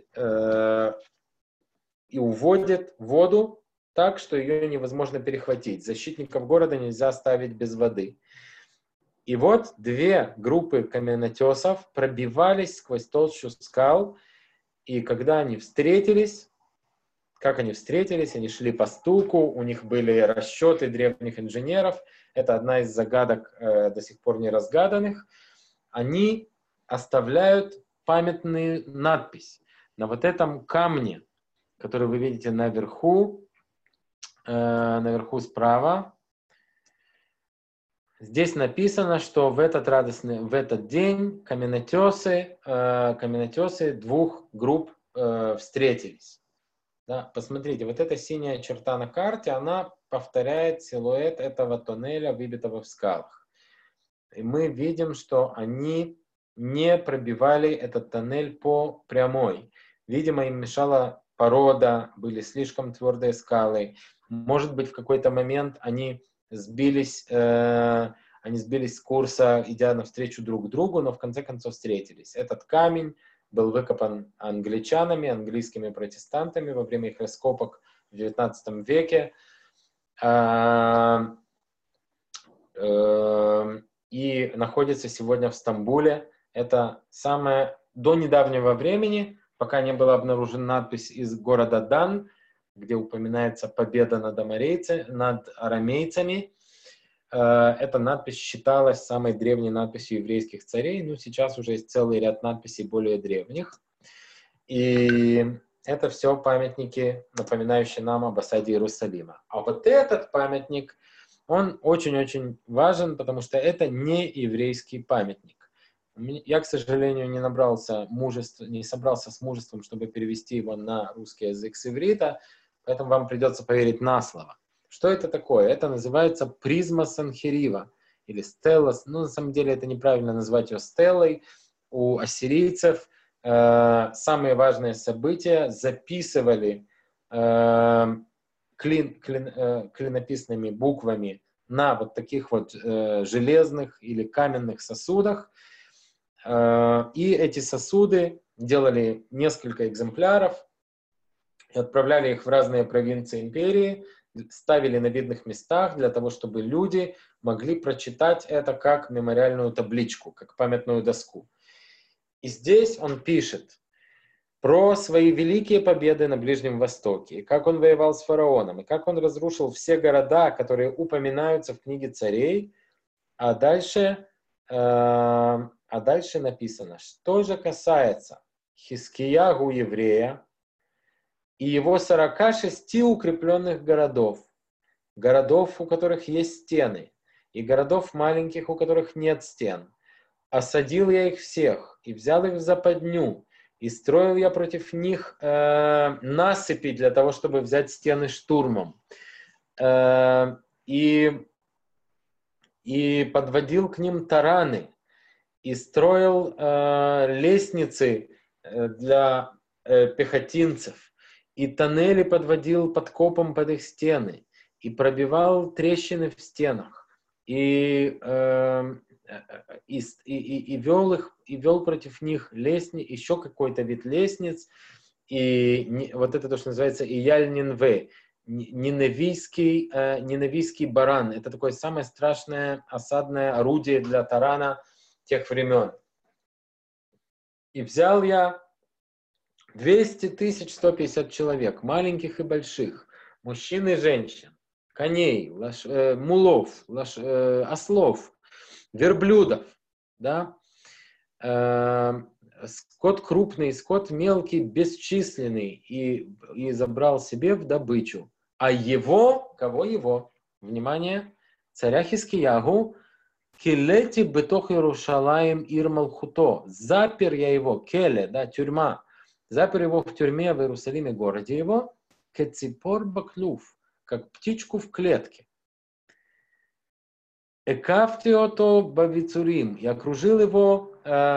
и уводит воду так, что ее невозможно перехватить. Защитников города нельзя оставить без воды. И вот 2 группы каменотесов пробивались сквозь толщу скал, и когда они встретились, они шли по стуку, у них были расчеты древних инженеров, это одна из загадок до сих пор не разгаданных, они оставляют памятную надпись на вот этом камне, который вы видите наверху справа. Здесь написано, что в этот день каменотесы 2 групп встретились. Да, посмотрите, вот эта синяя черта на карте, она повторяет силуэт этого тоннеля, выбитого в скалах. И мы видим, что они не пробивали этот тоннель по прямой. Видимо, им мешала порода, были слишком твердые скалы. Может быть, в какой-то момент они сбились с курса, идя навстречу друг другу, но в конце концов встретились. Этот камень был выкопан английскими протестантами во время их раскопок в XIX веке. И находится сегодня в Стамбуле. Это самое до недавнего времени, пока не была обнаружена надпись из города Дан, где упоминается победа над арамейцами. Эта надпись считалась самой древней надписью еврейских царей, но сейчас уже есть целый ряд надписей более древних. И это все памятники, напоминающие нам об осаде Иерусалима. А вот этот памятник, он очень-очень важен, потому что это не еврейский памятник. Я, к сожалению, не собрался с мужеством, чтобы перевести его на русский язык с иврита, поэтому вам придется поверить на слово. Что это такое? Это называется призма Санхерива или стелла. Ну, на самом деле, это неправильно назвать ее стеллой. У ассирийцев самые важные события записывали клинописными буквами на вот таких вот железных или каменных сосудах. И эти сосуды делали несколько экземпляров и отправляли их в разные провинции империи, ставили на видных местах для того, чтобы люди могли прочитать это как мемориальную табличку, как памятную доску. И здесь он пишет про свои великие победы на Ближнем Востоке, и как он воевал с фараоном, и как он разрушил все города, которые упоминаются в книге царей. А дальше написано, что же касается Хискиягу еврея и его 46 укрепленных городов, городов, у которых есть стены, и городов маленьких, у которых нет стен. Осадил я их всех, и взял их в западню, и строил я против них насыпи для того, чтобы взять стены штурмом. И подводил к ним тараны, и строил лестницы для пехотинцев, и тоннели подводил подкопом под их стены, и пробивал трещины в стенах, и вел против них еще какой-то вид лестниц, и вот это то, что называется Ияль-Нинве, ниневийский баран. Это такое самое страшное осадное орудие для тарана тех времен. И взял я 200 150 человек, маленьких и больших, мужчин и женщин, коней, мулов, ослов, верблюдов, да? Скот крупный, скот мелкий, бесчисленный, и забрал себе в добычу. А его, кого его? Внимание, царя Хискиягу, келети бетох Иерушалаим ир малхуто, запер я его, келе, да, тюрьма, запер его в тюрьме в Иерусалиме, городе его, кеципор баклюв, как птичку в клетке. Экафтиото бавицурим, и окружил его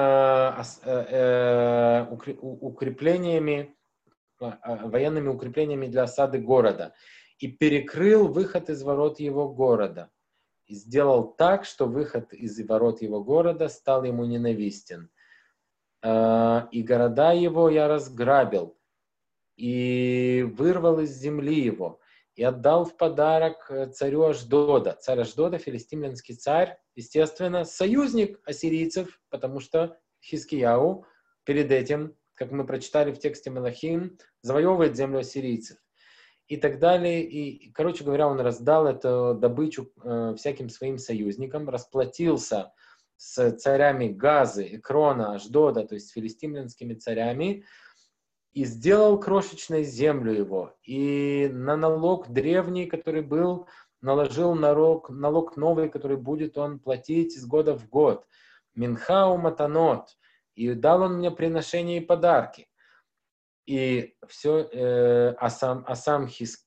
укреплениями, военными укреплениями для осады города, и перекрыл выход из ворот его города, и сделал так, что выход из ворот его города стал ему ненавистен. И города его я разграбил, и вырвал из земли его, и отдал в подарок царю Ашдода. Царь Ашдода, филистимлянский царь, естественно, союзник ассирийцев, потому что Хискияу перед этим, как мы прочитали в тексте Мелахим, завоевывает землю ассирийцев. И так далее. И, короче говоря, он раздал эту добычу всяким своим союзникам, расплатился с царями Газы, Экрона, Ашдода, то есть с филистимлянскими царями, и сделал крошечной землю его. И на налог древний, который был, наложил налог новый, который будет он платить из года в год. Минхау матанот. И дал он мне приношения и подарки. И все, сам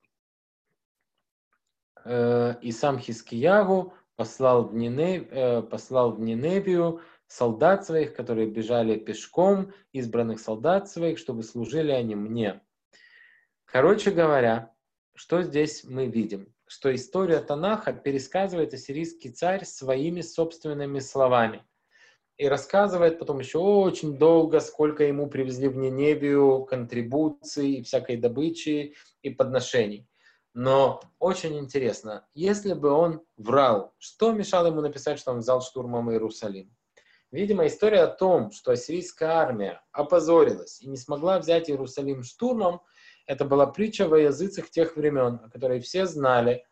Хискиягу послал в Ниневию солдат своих, которые бежали пешком, избранных солдат своих, чтобы служили они мне. Короче говоря, что здесь мы видим? Что история Танаха пересказывает ассирийский царь своими собственными словами. И рассказывает потом еще очень долго, сколько ему привезли в Ниневию контрибуций, всякой добычи и подношений. Но очень интересно, если бы он врал, что мешало ему написать, что он взял штурмом Иерусалим? Видимо, история о том, что ассирийская армия опозорилась и не смогла взять Иерусалим штурмом, это была притча во языцах тех времен, о которой все знали,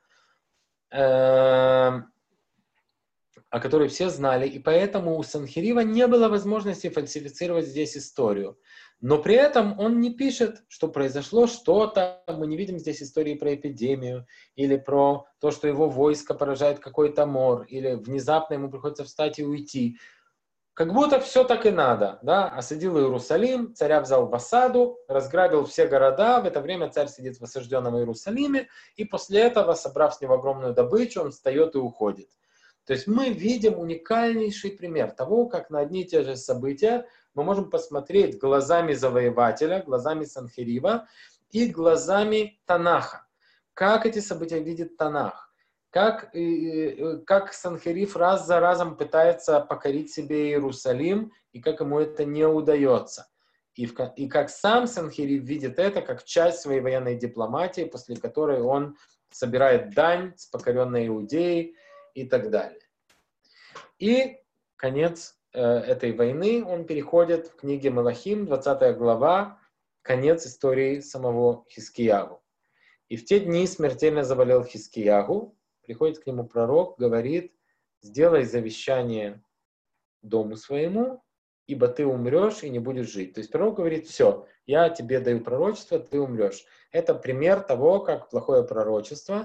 и поэтому у Санхерива не было возможности фальсифицировать здесь историю. Но при этом он не пишет, что произошло что-то, мы не видим здесь истории про эпидемию, или про то, что его войско поражает какой-то мор, или внезапно ему приходится встать и уйти. Как будто все так и надо, да? Осадил Иерусалим, царя взял в осаду, разграбил все города, в это время царь сидит в осажденном Иерусалиме, и после этого, собрав с него огромную добычу, он встает и уходит. То есть мы видим уникальнейший пример того, как на одни и те же события мы можем посмотреть глазами завоевателя, глазами Санхерива и глазами Танаха. Как эти события видит Танах? Как Санхерив раз за разом пытается покорить себе Иерусалим, и как ему это не удается. И как сам Санхерив видит это как часть своей военной дипломатии, после которой он собирает дань с покоренной Иудеей и так далее. И конец этой войны, он переходит в книге Мелахим, 20 глава, конец истории самого Хискиягу. И в те дни смертельно заболел Хискиягу, приходит к нему пророк, говорит: сделай завещание дому своему, ибо ты умрешь и не будешь жить. То есть пророк говорит: все, я тебе даю пророчество, ты умрешь. Это пример того, как плохое пророчество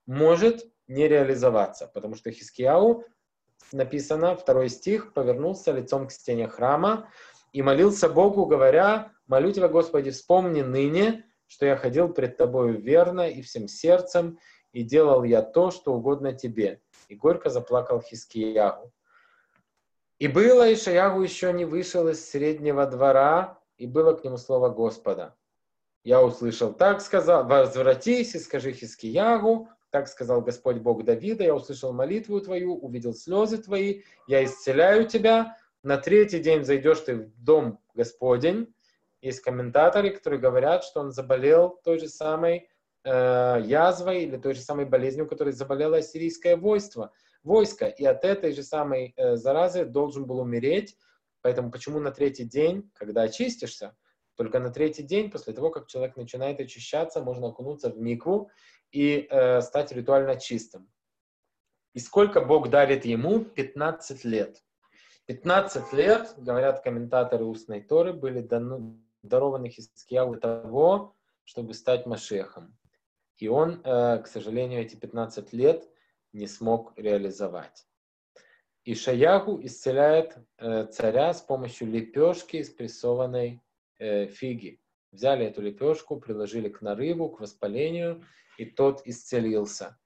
может не реализоваться, потому что Хискияу, написано, 2 стих, повернулся лицом к стене храма и молился Богу, говоря: «Молю Тебя, Господи, вспомни ныне, что я ходил пред Тобою верно и всем сердцем, и делал я то, что угодно Тебе». И горько заплакал Хискияу. И было, Ишаяху еще не вышел из среднего двора, и было к нему слово Господа. Я услышал, так сказал, возвратись и скажи Хискияху, так сказал Господь Бог Давида, я услышал молитву твою, увидел слезы твои, я исцеляю тебя, на 3-й день зайдешь ты в дом Господень. Есть комментаторы, которые говорят, что он заболел той же самой язвой или той же самой болезнью, которой заболело ассирийское войско, и от этой же самой заразы должен был умереть. Поэтому почему на 3-й день, когда очистишься, только на 3-й день, после того, как человек начинает очищаться, можно окунуться в микву и стать ритуально чистым. И сколько Бог дарит ему? 15 лет. 15 лет, говорят комментаторы устной Торы, были дарованы Хискияу для того, чтобы стать Машиахом. И он, к сожалению, эти 15 лет не смог реализовать. Ишаяху исцеляет царя с помощью лепешки из прессованной фиги. Взяли эту лепешку, приложили к нарыву, к воспалению, и тот исцелился.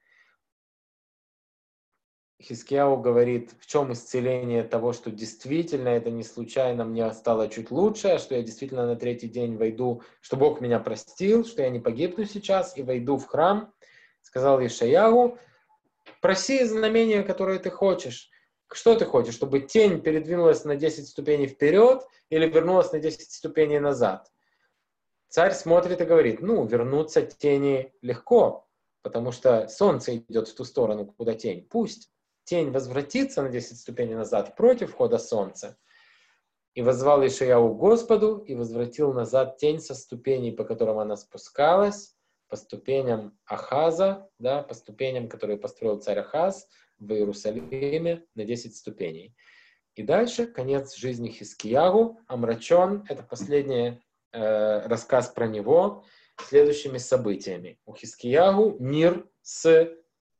Хискияу говорит, в чем исцеление того, что действительно это не случайно мне стало чуть лучше, а что я действительно на 3-й день войду, что Бог меня простил, что я не погибну сейчас и войду в храм. Сказал Ишаяху, проси знамения, которое ты хочешь. Что ты хочешь? Чтобы тень передвинулась на 10 ступеней вперед или вернулась на 10 ступеней назад? Царь смотрит и говорит, вернуться тени легко, потому что солнце идет в ту сторону, куда тень. Пусть тень возвратится на 10 ступеней назад против хода солнца. И воззвал Ишаяху Господу и возвратил назад тень со ступеней, по которым она спускалась, по ступеням Ахаза, по ступеням, которые построил царь Ахаз в Иерусалиме на 10 ступеней. И дальше конец жизни Хискияху омрачен. Это последний рассказ про него следующими событиями. У Хискияху мир с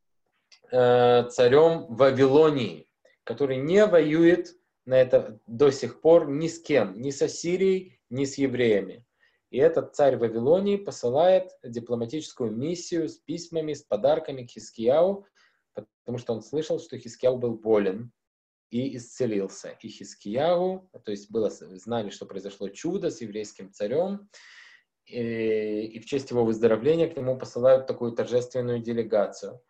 царем Вавилонии, который не воюет на это до сих пор ни с кем, ни с Ассирией, ни с евреями. И этот царь Вавилонии посылает дипломатическую миссию с письмами, с подарками к Хискияху, потому что он слышал, что Хискияху был болен и исцелился. И Хискияху, то есть знали, что произошло чудо с еврейским царем, и в честь его выздоровления к нему посылают такую торжественную делегацию.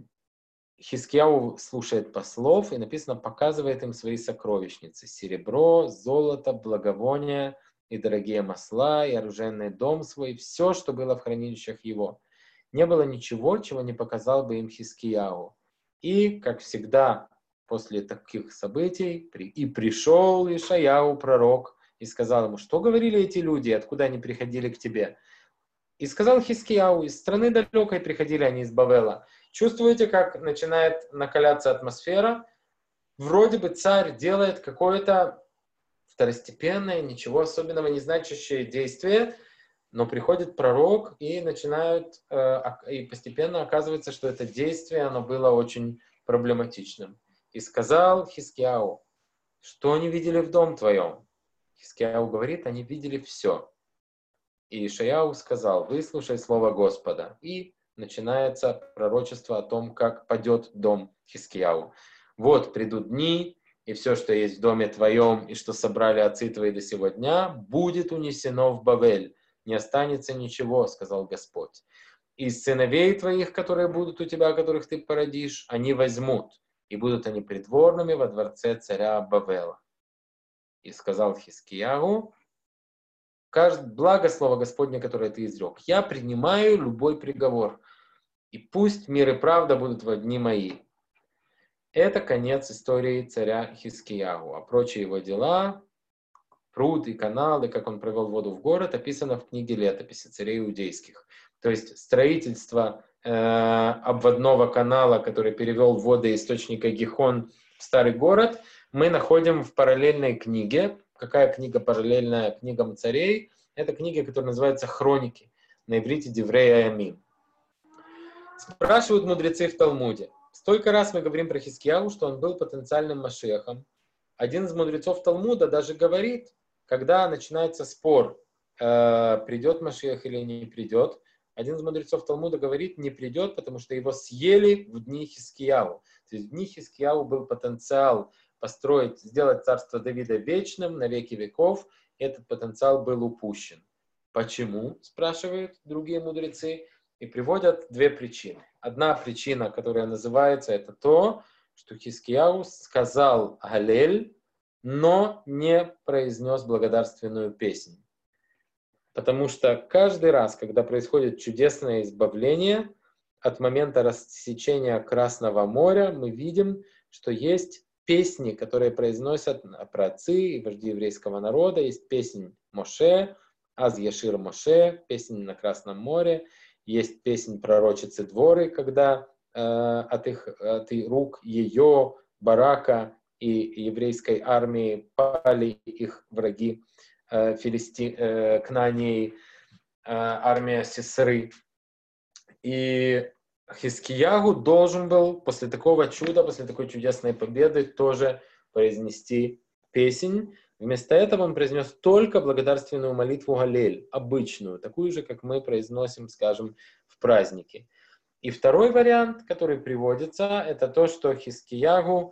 Хискияху слушает послов, и написано, показывает им свои сокровищницы: серебро, золото, благовония и дорогие масла, и оружейный дом свой, все, что было в хранилищах его. Не было ничего, чего не показал бы им Хискияху. И, как всегда, после таких событий, и пришел Ишаяху, пророк, и сказал ему, что говорили эти люди, откуда они приходили к тебе. И сказал Хискияху, из страны далекой приходили они, из Бавела. Чувствуете, как начинает накаляться атмосфера? Вроде бы царь делает какое-то второстепенное, ничего особенного не значащее действие, но приходит пророк и начинают, и постепенно оказывается, что это действие, оно было очень проблематичным. И сказал Хискияху, что они видели в дом твоем? Хискияху говорит, они видели все. И Ишаяху сказал, выслушай слово Господа. И начинается пророчество о том, как падет дом Хискияху. Вот придут дни, и все, что есть в доме твоем, и что собрали отцы твои до сего дня, будет унесено в Бавель. Не останется ничего, сказал Господь. Из сыновей твоих, которые будут у тебя, которых ты породишь, они возьмут, и будут они придворными во дворце царя Бавела. И сказал Хискияху, благо слово Господне, которое ты изрек. Я принимаю любой приговор, и пусть мир и правда будут во дни мои. Это конец истории царя Хискияху. А прочие его дела, пруд и каналы, как он провел воду в город, описано в книге Летописи царей иудейских. То есть строительство обводного канала, который перевел воды источника Гихон в старый город, мы находим в параллельной книге. Какая книга параллельная книгам царей? Это книга, которая называется «Хроники», на иврите «Деврей Аямим». Спрашивают мудрецы в Талмуде. Столько раз мы говорим про Хискиягу, что он был потенциальным Машиахом. Один из мудрецов Талмуда даже говорит, когда начинается спор, придет Машиах или не придет, один из мудрецов Талмуда говорит, не придет, потому что его съели в дни Хискиягу. То есть в дни Хискиягу был потенциал построить, сделать царство Давида вечным на веки веков. Этот потенциал был упущен. Почему, спрашивают другие мудрецы, и приводят две причины. Одна причина, которая называется, это то, что Хискиягу сказал Галель, но не произнес благодарственную песнь. Потому что каждый раз, когда происходит чудесное избавление, от момента рассечения Красного моря, мы видим, что есть песни, которые произносят праотцы и вожди еврейского народа. Есть песнь Моше, Аз Яшир Моше, песнь на Красном море. Есть песнь пророчицы Дворы, когда от рук ее, Барака и еврейской армии пали их враги, Кнаанеи, армия Сисры. И Хискиягу должен был после такого чуда, после такой чудесной победы тоже произнести песнь. Вместо этого он произнес только благодарственную молитву Галель, обычную, такую же, как мы произносим, скажем, в празднике. И второй вариант, который приводится, это то, что Хискиягу,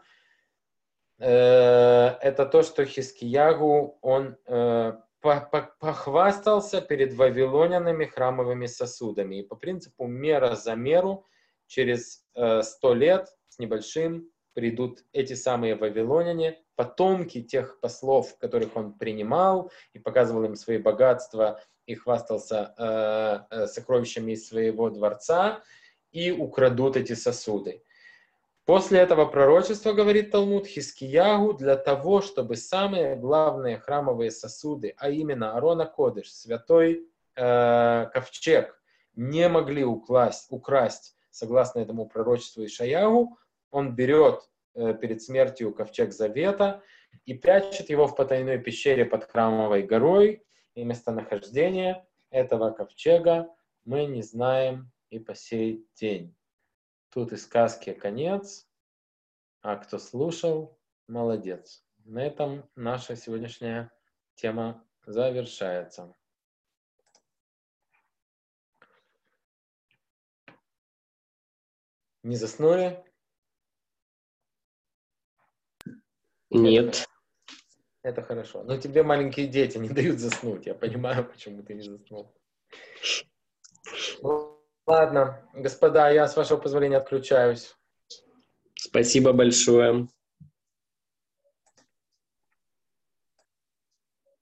он похвастался перед вавилонянами храмовыми сосудами. И по принципу мера за меру, через 100 лет с небольшим придут эти самые вавилоняне, потомки тех послов, которых он принимал и показывал им свои богатства и хвастался сокровищами из своего дворца, и украдут эти сосуды. После этого пророчества, говорит Талмуд, Хискиягу для того, чтобы самые главные храмовые сосуды, а именно Арон а-Кодеш, святой ковчег, не могли украсть, согласно этому пророчеству Ишаягу, он берет перед смертью ковчег Завета и прячет его в потайной пещере под Храмовой горой, и местонахождение этого ковчега мы не знаем и по сей день. Тут и сказки конец, а кто слушал, молодец. На этом наша сегодняшняя тема завершается. Не заснули? Нет. Это хорошо. Но тебе маленькие дети не дают заснуть. Я понимаю, почему ты не заснул. Ладно, господа, я, с вашего позволения, отключаюсь. Спасибо большое.